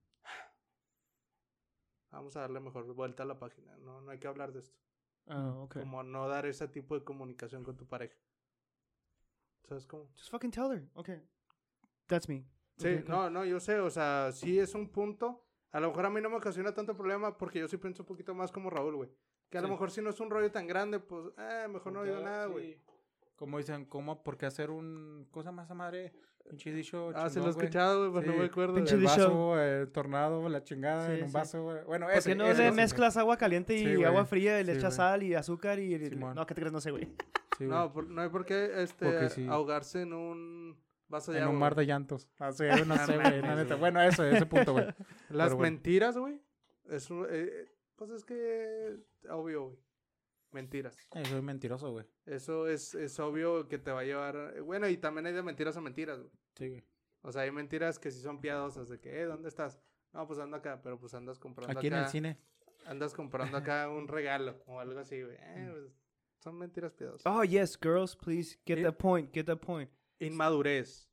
vamos a darle mejor vuelta a la página. No hay que hablar de esto. Ah, ok. Como no dar ese tipo de comunicación con tu pareja. ¿Sabes cómo? Just fucking tell her. Okay. That's me. Sí, Ok, no, yo sé, o sea, sí es un punto. A lo mejor a mí no me ocasiona tanto problema porque yo sí pienso un poquito más como Raúl, güey. Que a lo Sí. mejor si no es un rollo tan grande, pues, mejor no digo nada, güey. Como dicen, ¿por qué hacer un cosa más a madre? Pinche dicho. Ah, se chingón, lo he güey. escuchado, güey, pero no Sí, me acuerdo. pinche El dicho. vaso, el tornado, la chingada Sí, en un sí. vaso, güey. Bueno, ¿Por qué no le mezclas agua caliente y Sí, güey. agua fría y le Sí, echas güey. sal y azúcar y... Simón. No, ¿qué te crees? No sé, güey. Sí, No, no hay por qué Porque sí. ahogarse en un vaso de en agua. un mar güey. de llantos. No sé, no sé, güey. mames, La neta. güey. Bueno, ese punto, güey. Las Pero bueno. mentiras, güey. Pues es que obvio, güey. Mentiras. Soy mentiroso, güey. Eso es obvio que te va a llevar. Bueno, y también hay de mentiras a mentiras, güey. Sí, güey. O sea, hay mentiras que sí son piadosas, de que, ¿dónde estás? No, pues ando acá, pero pues andas comprando Aquí en acá. el cine. Andas comprando acá un regalo o algo así, güey. Pues, son mentiras piadosas. Oh, yes, girls, please. Get Sí. that point. Get that point. Inmadurez.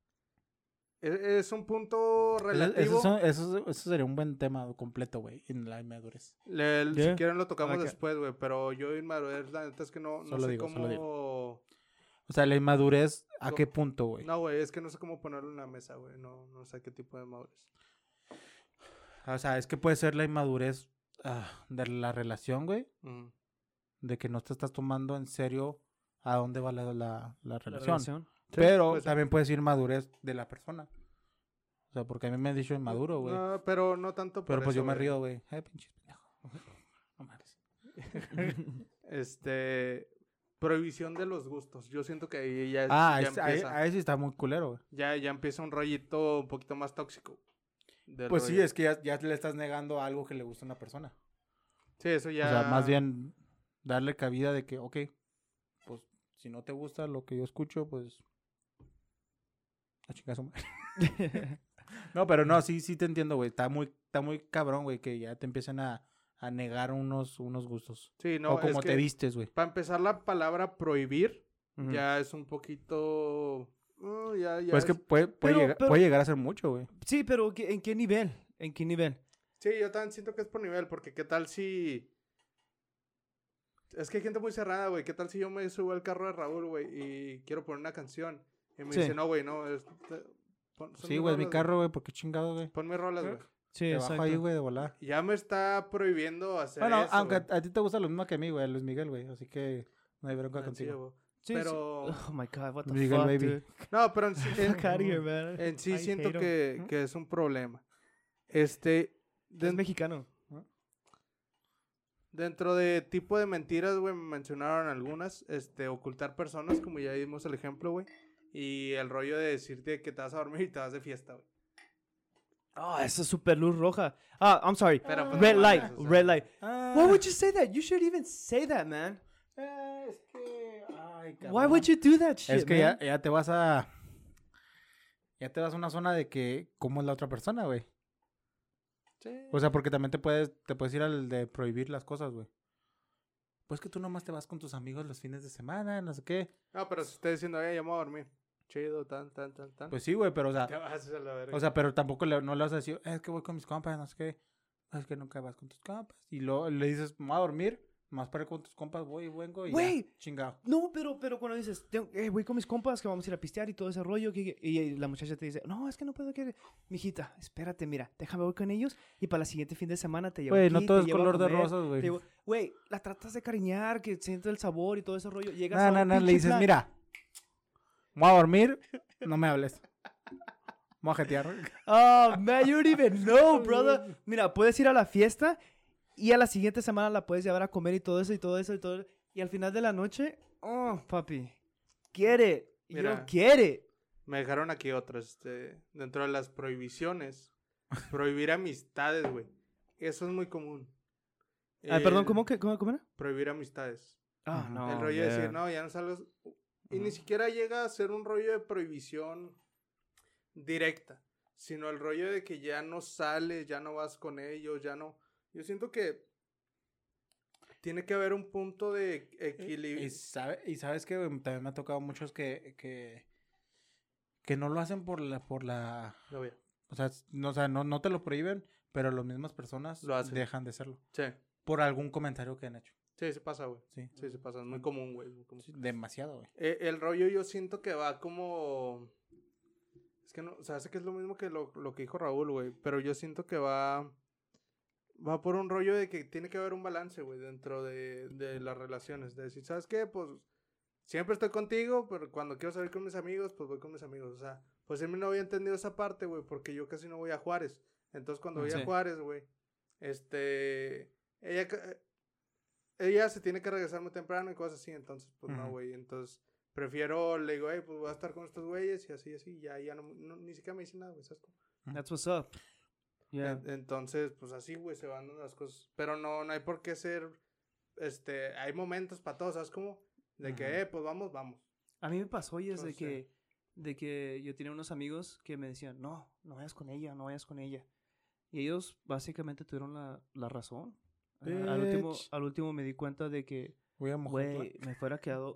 Es un punto relativo. Eso sería un buen tema completo, güey. En la inmadurez. Si Yeah. quieren lo tocamos Okay. después, güey. Pero yo inmadurez, la neta es que no Solo sé digo, cómo... solo O sea, la inmadurez, ¿a Co- qué punto, güey? No, güey, es que no sé cómo ponerlo en la mesa, güey. No sé qué tipo de madurez. O sea, es que puede ser la inmadurez de la relación, güey. Ujú. de que no te estás tomando en serio a dónde va la La relación. relación. Pero pues, también puede decir madurez de la persona. O sea, porque a mí me han dicho inmaduro, güey. No, pero no tanto por Pero pues eso, yo me güey. río, güey. Pinches pendejo. No mames. Prohibición de los gustos. Yo siento que ahí ya, ya empieza. Ahí sí está muy culero, güey. Ya empieza un rollito un poquito más tóxico. del Pues sí, rollo. es que ya le estás negando algo que le gusta a una persona. Sí, eso ya. O sea, más bien darle cabida de que, ok, pues si no te gusta lo que yo escucho, pues a chingar a su madre. No, pero no, sí te entiendo, güey. Está muy cabrón, güey, que ya te empiecen a negar unos gustos. Sí, no, o como es te que vistes, güey. para empezar la palabra prohibir Ujú. ya es un poquito. Ya Pues que puede Pero- llegar a ser mucho, güey. Sí, pero ¿en qué nivel? ¿En qué nivel? Sí, yo también siento que es por nivel, porque qué tal si. Es que hay gente muy cerrada, güey. ¿Qué tal si yo me subo al carro de Raúl, güey, y quiero poner una canción? Y me Sí. dice, no, güey, no. Son Sí, mis güey, es mi rolas, carro, güey, porque chingado, güey. Pon mis rolas, güey. Sí, Te bajo ahí, güey, de volar. Ya me está prohibiendo hacer Bueno, eso, aunque güey. a ti te gusta lo mismo que a mí, güey, Luis Miguel, güey. Así que no hay bronca Ah, sí, contigo. güey. Sí, pero- sí. Oh my God, what the Miguel, fuck, baby. dude. No, pero en sí, Fuck out of here, man. en sí I siento hate 'em. que es un problema. Es mexicano. Dentro de tipo de mentiras, güey, me mencionaron algunas. Ocultar personas, como ya dimos el ejemplo, güey. Y el rollo de decirte que te vas a dormir y te vas de fiesta, güey. Oh, esa es super luz roja. Ah, I'm sorry. Pero, pues, Red no light, mames, o sea. red light. Ah, Why would you say that? You should even say that, man. es que... Ay, Why cabrón. would you do that shit, Es que man? ya te vas a... Ya te vas a una zona de que... ¿Cómo es la otra persona, güey? Sí. O sea, porque también te puedes ir al de prohibir las cosas, güey. Pues que tú nomás te vas con tus amigos los fines de semana, no sé qué. No, pero si estoy diciendo, ya me voy a dormir. Chido, tan. Pues sí, güey, pero o sea... Te vas a la verga. O sea, pero tampoco no le vas a decir, es que voy con mis compas, no sé qué. Es que nunca vas con tus compas. Y luego le dices, me voy a dormir, más para ir con tus compas, voy y vengo y Güey. ya, chingado. No, pero cuando dices, voy con mis compas que vamos a ir a pistear y todo ese rollo, y la muchacha te dice, no, es que no puedo que... Mijita, espérate, mira, déjame voy con ellos y para el siguiente fin de semana te llevo Güey, aquí, no todo te es llevo a color de comer, rosas, güey. te llevo- Güey, la tratas de cariñar, que siente el sabor y todo ese rollo. Llegas No, a no, un no, le pinche dices, plan. mira, me voy a dormir, no me hables. Me voy a jetear. Oh, man, you don't even know, brother. Mira, puedes ir a la fiesta y a la siguiente semana la puedes llevar a comer y todo eso y todo eso y todo. Y al final de la noche, oh, papi, get it. Mira. You get it. Me dejaron aquí otras. Dentro de las prohibiciones. Prohibir amistades, güey. Eso es muy común. Ah, perdón, El- ¿cómo era? Prohibir amistades. Ah, Ujú. no. El rollo de yeah. decir, no, ya no salgas. Y ni Ujú. siquiera llega a ser un rollo de prohibición directa, sino el rollo de que ya no sales, ya no vas con ellos, ya no. Yo siento que tiene que haber un punto de equilibrio. Y sabes que güey, también me ha tocado muchos que no lo hacen por la Lo veo. o sea, no te lo prohíben, pero las mismas personas Lo hacen. dejan de hacerlo. Sí, Por algún comentario que han hecho. sí, se pasa, güey. Sí. Sí, se pasa. Es muy común, güey. muy común. Sí, demasiado, güey. El rollo yo siento que va como... Es que no, o sea, sé que es lo mismo que lo que dijo Raúl, güey, pero yo siento que va por un rollo de que tiene que haber un balance, güey, dentro de las relaciones. De decir, ¿sabes qué? Pues siempre estoy contigo, pero cuando quiero salir con mis amigos, pues voy con mis amigos. O sea, pues él no había entendido esa parte, güey, porque yo casi no voy a Juárez. Entonces cuando voy Sí. a Juárez, güey, ella se tiene que regresar muy temprano y cosas así, entonces, pues no, Ujú. güey. Entonces, prefiero, le digo, pues voy a estar con estos güeyes y así, ya ni siquiera me dice nada, güey, ¿sabes cómo? That's what's up. Yeah. Entonces, pues así, güey, se van dando las cosas. Pero no hay por qué ser, hay momentos para todos, ¿sabes cómo? De que, pues vamos. A mí me pasó y es No sé. de que yo tenía unos amigos que me decían, no vayas con ella, no vayas con ella. Y ellos básicamente tuvieron la razón. Bitch. Al último me di cuenta de que, Voy a mojar. güey, me fuera quedado,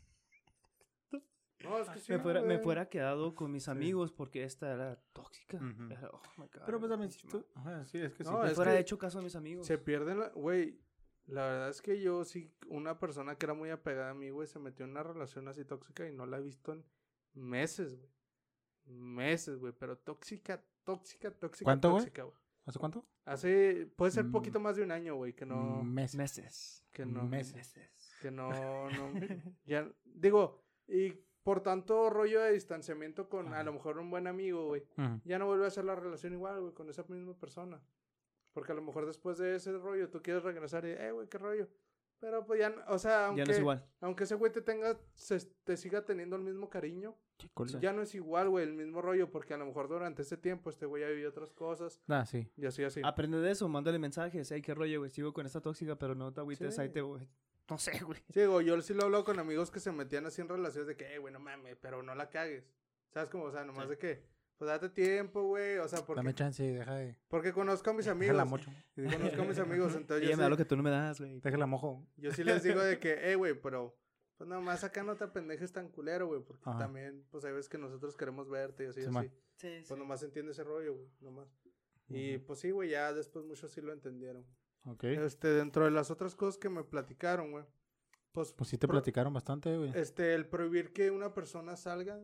No, es que sí, me güey. fuera quedado con mis amigos porque esta era tóxica. Ujú. Era, oh my God, Pero pues también pinche si tú... Ajá, sí, es que sí. No, me es fuera que hecho caso a mis amigos. Se pierden, güey. La verdad es que yo sí, una persona que era muy apegada a mí, güey, se metió en una relación así tóxica y no la he visto en meses, güey. Meses, güey, pero tóxica. ¿Cuánto, güey? tóxica, güey. ¿Hace cuánto? Puede ser poquito más de un año, güey, que no... Meses. Que no... Meses. Que no... Ya, digo, y por tanto rollo de distanciamiento con a lo mejor un buen amigo, güey, Ujú. ya no vuelve a ser la relación igual, güey, con esa misma persona. Porque a lo mejor después de ese rollo tú quieres regresar y, güey, qué rollo. Pero pues ya, o sea, Ya no es igual. aunque ese güey te siga teniendo el mismo cariño, Qué cool. ya no es igual, güey, el mismo rollo, porque a lo mejor durante ese tiempo este güey ya vivió otras cosas, Ah, sí. y así. Aprende de eso, mándale mensajes. Hey, qué rollo, güey. Sigo con esta tóxica, pero no te agüites. Sí. Ahí te, güey. No sé, güey. Sí, digo, yo sí lo he hablado con amigos que se metían así en relaciones de que, güey, no mames, pero no la cagues. ¿Sabes cómo? O sea, nomás de que, pues date tiempo, güey, o sea, Dame porque, chance, deja de... porque conozco a mis amigos. Déjala mocho. Conozco a mis amigos, entonces Ella me da lo que tú no me das, güey. Déjala mojo. yo sí les digo de que, güey, pero pues nomás acá no te apendejes tan culero, güey, porque Ajá. también, pues hay veces que nosotros queremos verte y así, Sí, así. man. Sí, Pues nomás entiende ese rollo, güey, nomás. Y pues sí, güey, ya después muchos sí lo entendieron. Ok. Dentro de las otras cosas que me platicaron, güey, pues Pues sí te platicaron bastante, güey. el prohibir que una persona salga,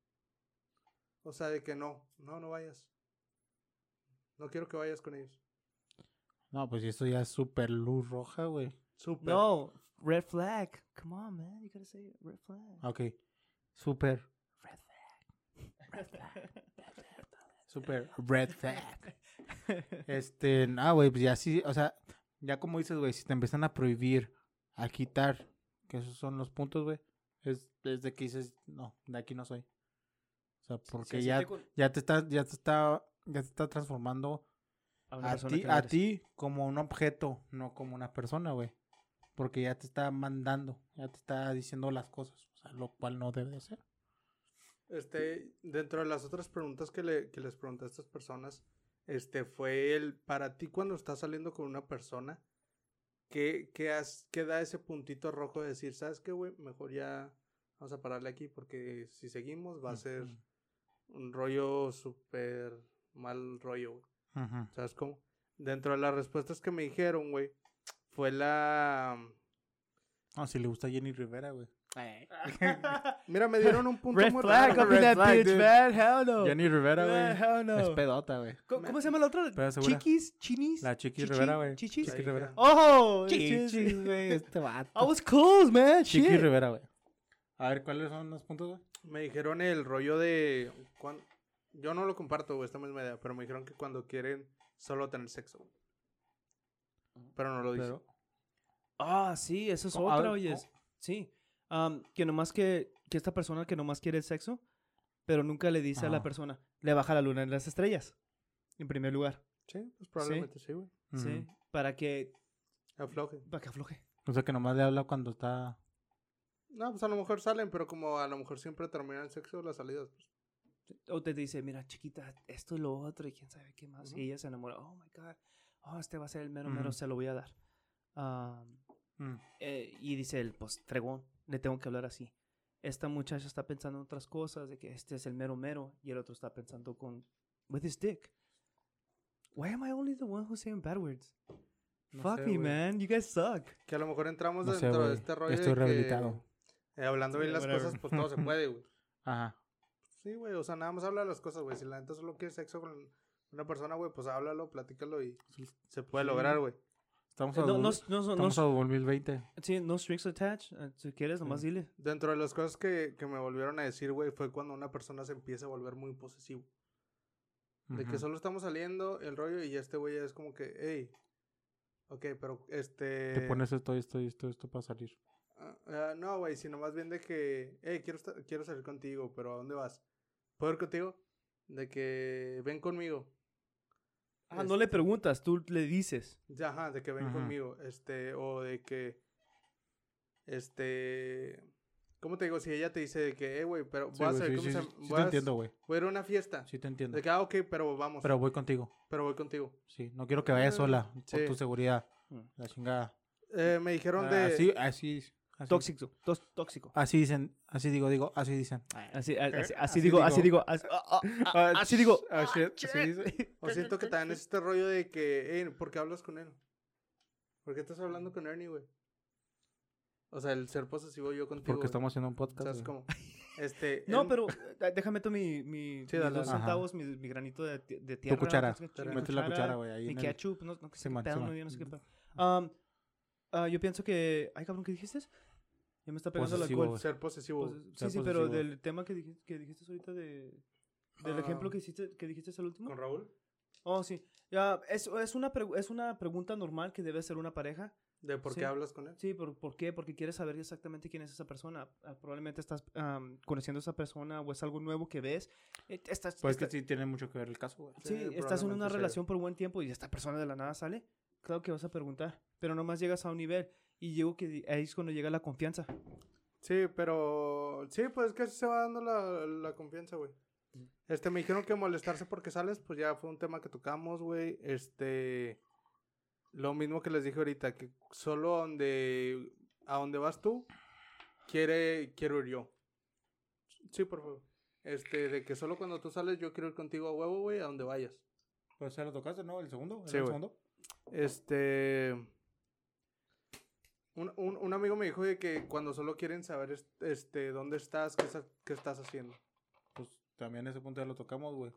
o sea, de que no vayas. No quiero que vayas con ellos. No, pues esto ya es súper luz roja, güey. Súper. No, red flag. Come on, man. You gotta say it. Red flag. Ok. Súper. Red flag. Súper red flag. Güey, pues ya sí, o sea, ya como dices, güey, si te empiezan a prohibir, a quitar, que esos son los puntos, güey, es de que dices, no, de aquí no soy. O sea, porque así ya te está transformando A una a persona ti, que no a eres. ti como un objeto, no como una persona, güey. Porque ya te está mandando, ya te está diciendo las cosas, o sea, lo cual no debe de ser. Dentro de las otras preguntas que les pregunté a estas personas, fue para ti cuando estás saliendo con una persona, ¿qué da ese puntito rojo de decir, ¿sabes qué, güey? Mejor ya vamos a pararle aquí porque si seguimos va a ser un rollo súper mal rollo, güey. Ujú. ¿Sabes cómo? Dentro de las respuestas que me dijeron, güey, fue la... No, si le gusta Jenny Rivera, güey. Mira, me dieron un punto Red muy flag, raro. up in Red that flag, bitch, dude. man. Hell no. Jenny Rivera, güey. Hell no. Es pedota, güey. ¿Cómo se llama la otra? Pero segura. ¿Chiquis? ¿Chinis? La Chiqui Chichi, Rivera, güey. ¿Chichis? Chiqui Rivera. Oh, Chichis, güey. Este vato. I was close, man. Chiqui Shit. Rivera, güey. A ver, ¿cuáles son los puntos, güey? Me dijeron el rollo de... Yo no lo comparto, güey, esta misma idea, pero me dijeron que cuando quieren solo tener sexo, güey. Pero no lo dicen. Pero, Ah, sí, eso es ¿Cómo? A otra, ver, oyes. Sí. Que nomás que esta persona que nomás quiere el sexo, pero nunca le dice a la Ajá. persona, le baja la luna en las estrellas. En primer lugar. Sí, pues probablemente sí, güey. Sí. ujú. Para que Afloje. afloje. O sea, que nomás le habla cuando está... No, pues a lo mejor salen, pero como a lo mejor siempre terminan el sexo, las salidas, pues. O te dice, mira, chiquita, esto y lo otro, y quién sabe qué más. Ujú. Y ella se enamora. Oh, my God. Oh, este va a ser el mero, mero, Ujú. se lo voy a dar. Y dice él, pues, fregón, le tengo que hablar así. Esta muchacha está pensando en otras cosas, de que este es el mero, mero, y el otro está pensando with his dick. Why am I only the one who's saying bad words? No Fuck sé, me, güey. man. You guys suck. Que a lo mejor entramos No sé, dentro de güey. este Ya rollo estoy de rehabilitado. que... hablando bien las Whatever. cosas, pues todo se puede, güey. Ajá. Sí, güey, o sea, nada más habla de las cosas, güey. Si la neta solo quieres sexo con una persona, güey, pues háblalo, platícalo y se puede Sí. lograr, güey. Estamos a, No, 2020. sí, no strings attached. Si quieres, nomás Sí. dile. Dentro de las cosas que me volvieron a decir, güey, fue cuando una persona se empieza a volver muy posesivo. De que Ujú. solo estamos saliendo el rollo y este güey es como que, hey, ok, pero Te pones esto para salir. no, güey, sino más bien de que, hey, quiero salir contigo, pero ¿a dónde vas? ¿Puedo ir contigo? De que ven conmigo. Ah, no le preguntas, tú le dices. Ajá, de que ven Ajá. conmigo. O de que, ¿cómo te digo? Si ella te dice de que, güey, pero Sí, voy a güey, salir sí, con sí, mis sí te entiendo, güey. voy a ir a una fiesta. Sí te entiendo. De que, ok, pero vamos. Pero voy contigo. Pero voy contigo. Sí, no quiero que vayas sola. Por sí. tu seguridad. Mm. La chingada. Me dijeron de... Así. Tóxico. Tóxico. Así dicen. Así digo. Así dicen. Así digo. Así digo. Así digo. Así dice. O siento que también es este rollo de que, ¿por qué hablas con él? ¿Por qué estás hablando con Ernie, güey? O sea, el ser posesivo yo contigo. Porque güey. estamos haciendo un podcast. ¿Sabes güey. cómo? No, él- pero déjame tomar mis dale, 2 dale. centavos, mi granito de tierra. Tu cuchara. no sé qué Mete la cuchara, güey. Ahí Mi en el... ketchup, no sé qué Simón, pedo, Simón. muy bien, no sé qué pedo. Yo pienso que... Ay, cabrón, ¿qué dijiste? Ya me está pegando el Posesivo, alcohol. güey. ser posesivo. Pues, Ser sí, pero posesivo. del tema que dijiste ahorita del Ah. ejemplo que dijiste al último. ¿Con Raúl? Oh, sí. Ya, es una pregunta normal que debe hacer una pareja. ¿De por Sí. qué hablas con él? Sí, ¿por qué? Porque quieres saber exactamente quién es esa persona. Probablemente estás conociendo a esa persona o es algo nuevo que ves. Pues que sí tiene mucho que ver el caso, güey. Sí, Sí, estás en probablemente una sí. relación por buen tiempo y esta persona de la nada sale. Claro que vas a preguntar, pero nomás llegas a un nivel y ahí es cuando llega la confianza. Sí, pero... Sí, pues es que así se va dando la confianza, güey. Me dijeron que molestarse porque sales, pues ya fue un tema que tocamos, güey. Lo mismo que les dije ahorita, que solo a donde vas tú, quiero ir yo. Sí, por favor. De que solo cuando tú sales yo quiero ir contigo a huevo, güey, a donde vayas. Pues ya lo tocaste, ¿no? ¿El segundo? Sí, ¿El güey. segundo? Un amigo me dijo de que cuando solo quieren saber, dónde estás, qué estás haciendo. Pues también ese punto ya lo tocamos, güey.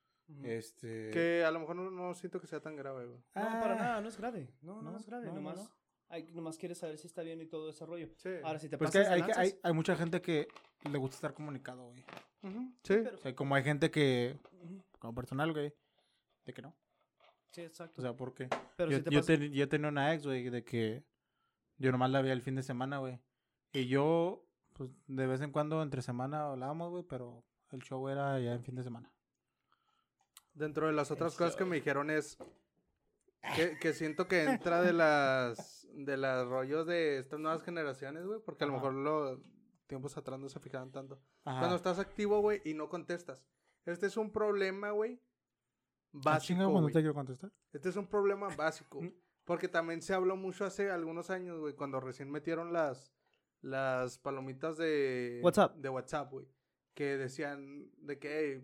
Que a lo mejor no siento que sea tan grave, güey. No, para nada, no es grave. No es grave, no, nomás. no. Nomás quieres saber si está bien y todo ese rollo. Sí. Ahora, si te Pues pasas que de lanzas, hay mucha gente que le gusta estar comunicado, güey. Ujú, sí. pero- O sea, como hay gente que, Ujú. como personal, güey, de que no. Sí, exacto. O sea, porque pero yo, si te yo, pasas... yo tenía una ex, güey, de que yo nomás la veía el fin de semana, güey. Y yo, pues, de vez en cuando entre semana hablábamos, güey, pero el show era ya en fin de semana. Dentro de las otras Eso. cosas que me dijeron es que siento que entra de las rollos de estas nuevas generaciones, güey, porque a lo Ajá. mejor los tiempos atrás no se fijaban tanto. Ajá. Cuando estás activo, güey, y no contestas. Este es un problema, güey, Ah, básico, chinga, cuando güey. te quiero contestar. Este es un problema básico, güey. Porque también se habló mucho hace algunos años, güey, cuando recién metieron las palomitas de WhatsApp. de WhatsApp, güey, que decían de que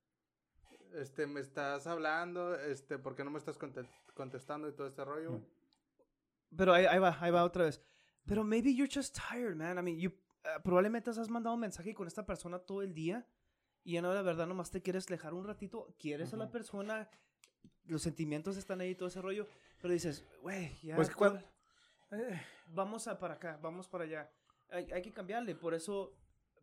hey, me estás hablando, ¿por qué no me estás contestando y todo este rollo, güey? Pero ahí va otra vez. Pero maybe you're just tired, man. I mean, probablemente has mandado un mensaje con esta persona todo el día y ya no, la verdad, nomás te quieres alejar un ratito. Quieres a la persona, los sentimientos están ahí, todo ese rollo, pero dices, güey, ya. Pues que cuando- Vamos para acá, vamos para allá. Hay que cambiarle, por eso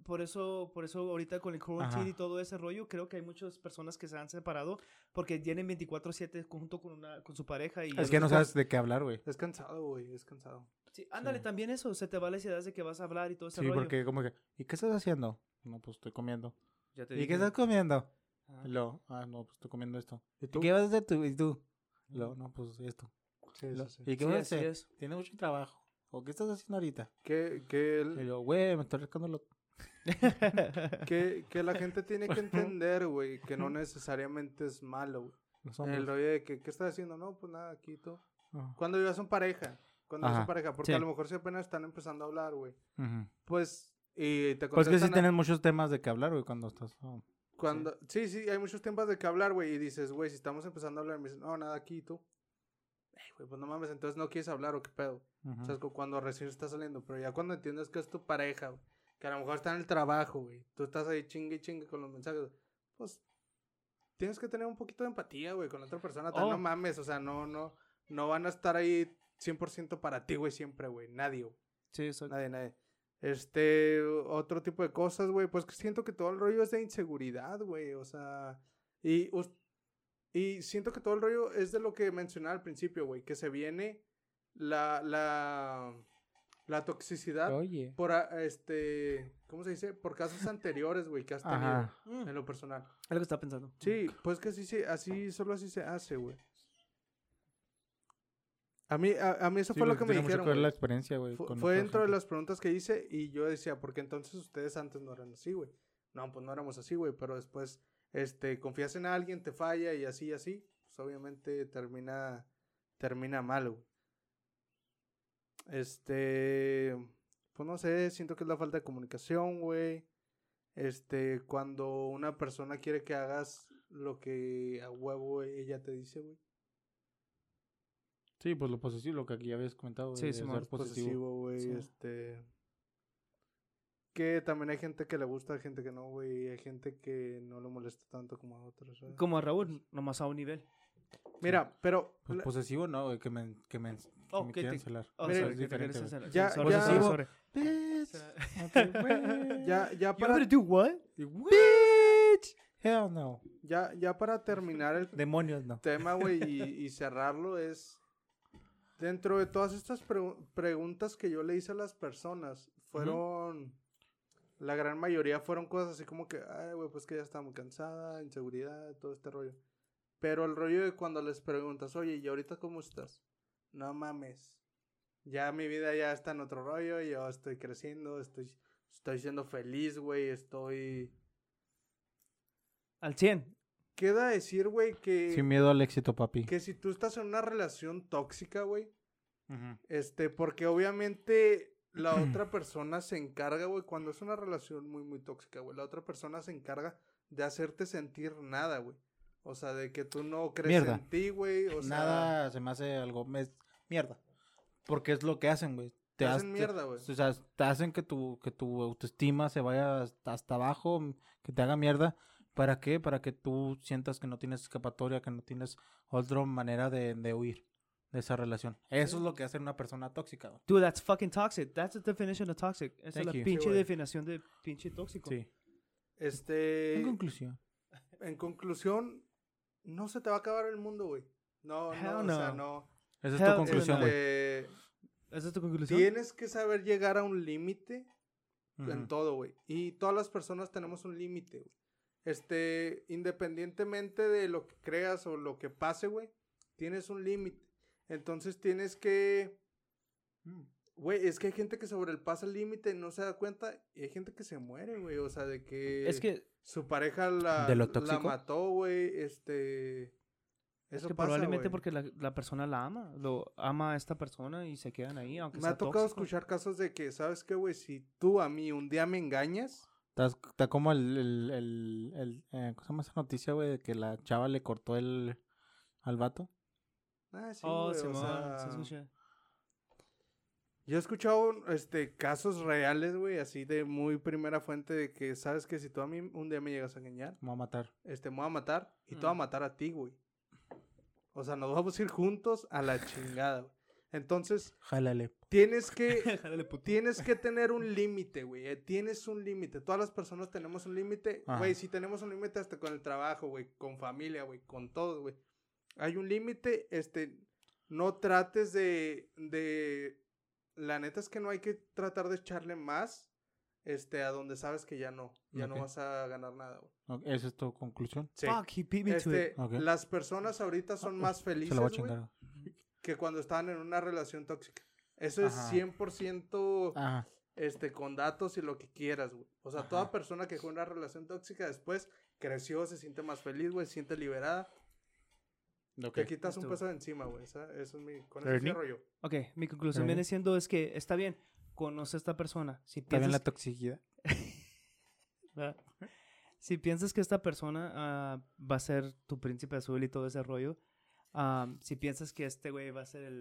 ahorita con el quarantine Ajá. y todo ese rollo, creo que hay muchas personas que se han separado porque tienen 24/7 junto con su pareja y... Es que no sabes de qué hablar, güey. Es cansado, güey, es cansado. Sí, ándale, Sí. también eso, se te va la idea de que vas a hablar y todo ese Sí, rollo. porque como que, ¿y qué estás haciendo? No, pues estoy comiendo. Ya te ¿Y dije. qué estás comiendo? Ah. Y luego, no, pues estoy comiendo esto. ¿Y ¿Y tú? qué vas a hacer tú? ¿Y tú? Y luego, no, pues esto. Sí, Y luego, sí, ¿y qué Sí, vas a así hacer? es. Tienes mucho trabajo. ¿O qué estás haciendo ahorita? Que Y luego, güey, me estoy rascando lo... la gente tiene que entender, güey, que no necesariamente es malo, güey. los El hombres. rollo de que, ¿qué estás haciendo? No, pues nada, aquí tú. Ajá. Cuando vivas en pareja, porque Sí. a lo mejor si apenas están empezando a hablar, güey, Ujú. pues, y te Pues que sí contestan tienes muchos temas de qué hablar, güey, cuando estás... sí, hay muchos temas de qué hablar, güey, y dices, güey, si estamos empezando a hablar, me dicen, no, nada, aquí tú. Güey, pues no mames, entonces no quieres hablar o qué pedo. Ujú. O sea, es cuando recién está saliendo, pero ya cuando entiendes que es tu pareja, güey, que a lo mejor está en el trabajo, güey, tú estás ahí chingue y chingue con los mensajes, pues tienes que tener un poquito de empatía, güey, con la otra persona. Oh. No mames, o sea, no van a estar ahí 100% para ti, güey, siempre, güey, nadie, güey. Sí, exacto. Nadie. Otro tipo de cosas, güey, pues que siento que todo el rollo es de inseguridad, güey, o sea, y siento que todo el rollo es de lo que mencionaba al principio, güey, que se viene la toxicidad Oye. por, ¿cómo se dice? Por casos anteriores, güey, que has tenido Ajá. en lo personal. Es lo que estaba pensando. Sí, pues que solo así se hace, güey. A mí eso Sí, fue lo pues que me tiene mucho dijeron, que ver la güey. experiencia, güey. Fue con fue otra dentro de gente. las preguntas que hice y yo decía, ¿por qué entonces ustedes antes no eran así, güey? No, pues no éramos así, güey, pero después, confías en alguien, te falla y así, pues obviamente termina mal, güey. Pues no sé, siento que es la falta de comunicación, güey. Cuando una persona quiere que hagas lo que a huevo ella te dice, güey. Sí, pues lo posesivo, lo que aquí ya habías comentado. Sí, de Simón, ser posesivo. Posesivo, güey, Sí. que también hay gente que le gusta, hay gente que no, güey. Hay gente que no le molesta tanto como a otros, ¿sabes? Como a Raúl, nomás a un nivel. Mira, pero... Pues posesivo no, güey, que me Oh, me ¿qué quieran te- celar. Oh, Mira, sorry, es que te diferente, quieres güey. hacer- Ya- sorry, ya- sorry, sorry. Bitch. Okay, ya You para... want to do what? Bitch. Hell no. Ya para terminar el Demonios no. tema, güey, y cerrarlo es... Dentro de todas estas preguntas que yo le hice a las personas, fueron... La gran mayoría fueron cosas así como que, ay, güey, pues que ya está muy cansada, inseguridad, todo este rollo. Pero el rollo de cuando les preguntas, oye, ¿y ahorita cómo estás? No mames. Ya mi vida ya está en otro rollo, yo estoy creciendo, estoy siendo feliz, güey, estoy... Al 100. Queda decir, güey, Sin miedo al éxito, papi. que si tú estás en una relación tóxica, güey, Ujú. porque obviamente la otra persona se encarga, güey, cuando es una relación muy, muy tóxica, güey, la otra persona se encarga de hacerte sentir nada, güey. O sea, de que tú no crees Mierda. en ti, güey, o sea... Nada se me hace algo... Mierda. Porque es lo que hacen, güey. Te hacen mierda, güey. O sea, te hacen que tu autoestima se vaya hasta abajo, que te haga mierda. ¿Para qué? Para que tú sientas que no tienes escapatoria, que no tienes otra manera de huir de esa relación. Eso es lo que hace una persona tóxica, güey. Dude, that's fucking toxic. That's the definition of toxic. Esa es Thank la you. pinche Sí, güey. definición de pinche tóxico. Sí. En En conclusión. conclusión, no se te va a acabar el mundo, güey. No, Hell no, o no. sea, no. Esa es Hell tu conclusión, güey. ¿Esa es tu conclusión? Tienes que saber llegar a un límite Ujú. en todo, güey. Y todas las personas tenemos un límite, güey. Independientemente de lo que creas o lo que pase, güey, tienes un límite. Entonces tienes que... Güey, es que hay gente que sobrepasa el límite y no se da cuenta. Y hay gente que se muere, güey. O sea, de que... Es que, su pareja ¿De lo la tóxico? mató, güey. es Eso que pasa, probablemente güey. porque la persona la ama. Lo ama a esta persona y se quedan ahí, aunque Me sea ha tocado tóxico. escuchar casos de que, ¿sabes qué, güey? Si tú a mí un día me engañas... Está como ¿cómo se llama esa noticia, güey? De que la chava le cortó al vato. Ah, sí, Oh, güey, o Simón, sea, se escucha. yo he escuchado casos reales, güey, así de muy primera fuente de que, ¿sabes que si tú a mí un día me llegas a engañar, Me va a matar. me voy a matar y te voy a matar a ti, güey? O sea, nos vamos a ir juntos a la chingada, güey. Entonces, Jálale. tienes que... Jálale, puto. Tienes que tener un límite, güey. Tienes un límite. Todas las personas tenemos un límite. Ajá. Güey, si tenemos un límite hasta con el trabajo, güey. Con familia, güey. Con todo, güey. Hay un límite. No trates de... La neta es que no hay que tratar de echarle más. A donde sabes que ya no. Ya no Ok. vas a ganar nada, güey. ¿Esa es tu conclusión? Sí. Fuck, he beat me to it. Ok. Las personas ahorita son más Se felices, la voy a güey, chingar. que cuando estaban en una relación tóxica. Eso es Ajá. 100%... Ajá. con datos y lo que quieras, güey. O sea, Ajá. toda persona que fue en una relación tóxica después creció, se siente más feliz, güey, se siente liberada. Ok. Te quitas un Estuvo. peso de encima, güey. Eso es mi... Con eso Ernie. cierro yo. Ok, mi conclusión Ready? viene siendo es que está bien, conoce a esta persona. Si Está bien la piensas, toxicidad. ¿verdad? Si piensas que esta persona va a ser tu príncipe azul y todo ese rollo, si piensas que este güey va a ser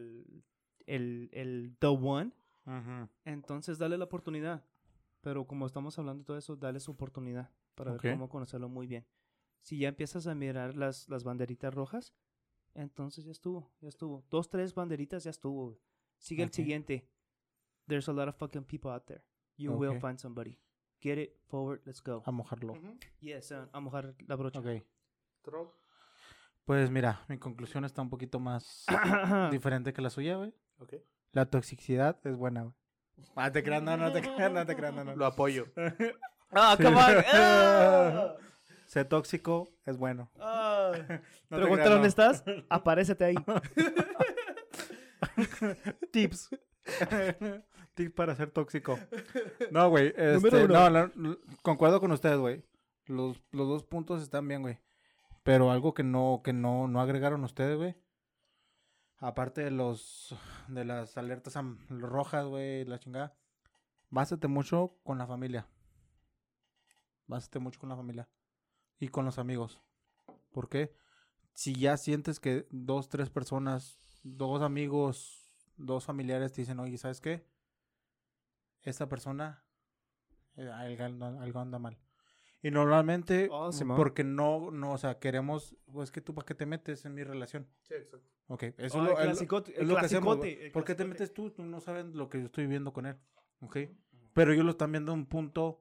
el the one, Ajá. entonces dale la oportunidad. Pero como estamos hablando de todo eso, dale su oportunidad para Ok. ver cómo conocerlo muy bien. Si ya empiezas a mirar las banderitas rojas, entonces ya estuvo. 2, 3 banderitas, ya estuvo. Güey. Sigue el Ok. siguiente. There's a lot of fucking people out there. You will Ok. find somebody. Get it forward, let's go. A mojarlo. Ujú. Yes, a mojar la brocha. Ok. Troll. Pues mira, mi conclusión está un poquito más diferente que la suya, güey. Ok. La toxicidad es buena, güey. Ah, te creas, no te creas, no te creas, no. Lo apoyo. Ah, come on. Ah. Ser tóxico es bueno. Ah. No te Pregunta creas, dónde no. estás. Aparécete ahí. Tips. Tips para ser tóxico. No, güey. Número uno. Concuerdo con ustedes, güey. Los 2 puntos están bien, güey. Pero algo que no agregaron ustedes, güey. Aparte de las alertas rojas, güey, la chingada. Básate mucho con la familia. Básate mucho con la familia. Y con los amigos. ¿Por qué? Si ya sientes que 2, 3 personas, 2 amigos, 2 familiares te dicen, oye, ¿sabes qué? Esta persona algo anda mal. Y normalmente, Oh, Simón. porque no, o sea, queremos, pues que tú para qué te metes en mi relación. Sí, exacto. Ok, eso Oh, es lo- el es lo clasicote, es el lo que hacemos. clasicote, güey. el ¿Por qué te clasicote. metes tú? Tú no sabes lo que yo estoy viviendo con él. Ok. Pero ellos lo están viendo en un punto,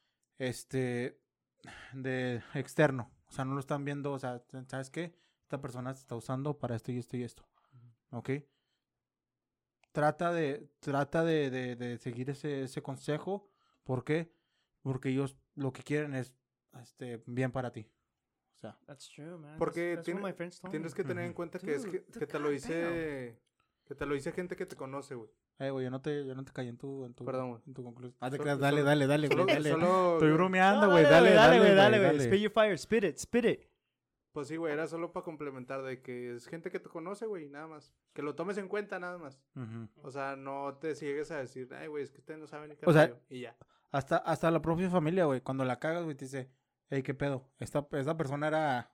de externo. O sea, no lo están viendo, o sea, ¿sabes qué? Esta persona se está usando para esto y esto y esto. Ok. Trata de seguir ese consejo. ¿Por qué? Porque ellos lo que quieren es bien para ti. O sea, That's true, man. Porque That's what my friends told tienes me. que tener en Ujú. cuenta que es Dude, que te lo goddamn. hice... Que te lo hice gente que te conoce, güey. güey, yo no te caí en tu Perdón, güey. en tu conclusión. Ah, te Solo- creas, dale, solo- dale, güey, Solo, dale. solo- Estoy bromeando, No, güey, dale, güey, dale, güey. güey. Spit your fire, spit it. Pues sí, güey, era solo para complementar de que es gente que te conoce, güey, nada más. Que lo tomes en cuenta, nada más. Ujú. O sea, no te ciegues a decir, ay, güey, es que ustedes no saben ni qué O sea, rollo", y ya. Hasta la propia familia, güey, cuando la cagas, güey, te dice, hey, ¿qué pedo? Esta persona era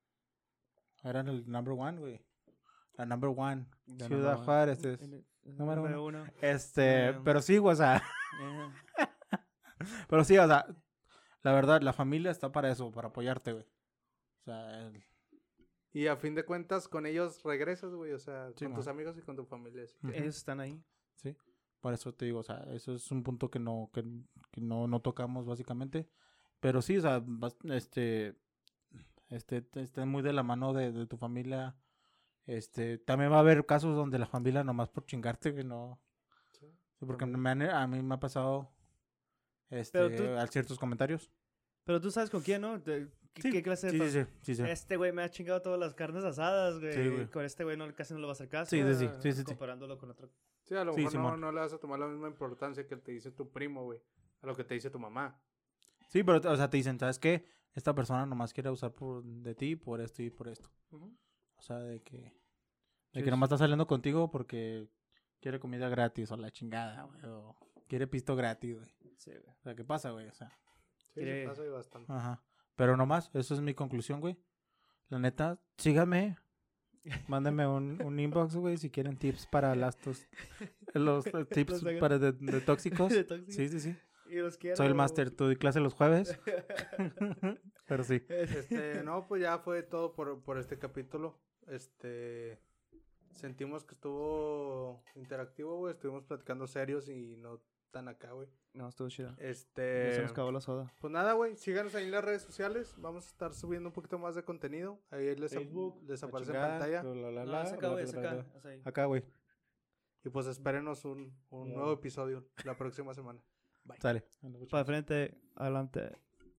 el number one, güey. La number one. The Ciudad number one. Juárez es. Número uno. Pero sí, güey, o sea, Yeah. pero sí, o sea, la verdad, la familia está para eso, para apoyarte, güey. O sea, Y a fin de cuentas, con ellos regresas, güey, o sea, Sí, con tus man. amigos y con tu familia. Así que- Ellos están ahí. sí, por eso te digo, o sea, eso es un punto que no tocamos básicamente, pero sí, o sea, está muy de la mano de tu familia. También va a haber casos donde la familia nomás por chingarte, que no. Sí. Sí, porque También. a mí me ha pasado Pero tú- a ciertos comentarios. Pero tú sabes con quién, ¿no? ¿Qué clase Sí, de... sí, sí, sí. Este güey me ha chingado todas las carnes asadas, güey. Sí, güey. Con este güey casi no le va a hacer caso. Sí, sí, sí. Comparándolo con otro. Sí, a lo Sí, mejor Simón. no le vas a tomar la misma importancia que te dice tu primo, güey, a lo que te dice tu mamá. Sí, pero, o sea, te dicen, ¿sabes qué? Esta persona nomás quiere usar de ti por esto y por esto. O sea, de que Sí, nomás está saliendo contigo porque quiere comida gratis o la chingada, güey. O quiere pisto gratis, güey. Sí, güey. O sea, ¿qué pasa, güey? O sea, Sí, Quiere- sí pasa y bastante. ajá. Pero nomás, eso es mi conclusión, güey. La neta, síganme. Mándenme un inbox, güey, si quieren tips para los tips Los para de tóxicos. De tóxicos. Sí, sí, sí. Y los quiero. Soy el máster, tú doy clase los jueves. Pero sí. No, pues ya fue todo por este capítulo. Sentimos que estuvo interactivo, güey. Estuvimos platicando serios y no tan acá, güey. No, estuvo chido. Se nos acabó la soda. Pues nada, güey. Síganos ahí en las redes sociales. Vamos a estar subiendo un poquito más de contenido. Ahí les aparece en pantalla. No, es acá, güey, es acá. Es ahí. Acá, güey. Y pues espérenos un nuevo episodio la próxima semana. Sale. Para frente, adelante.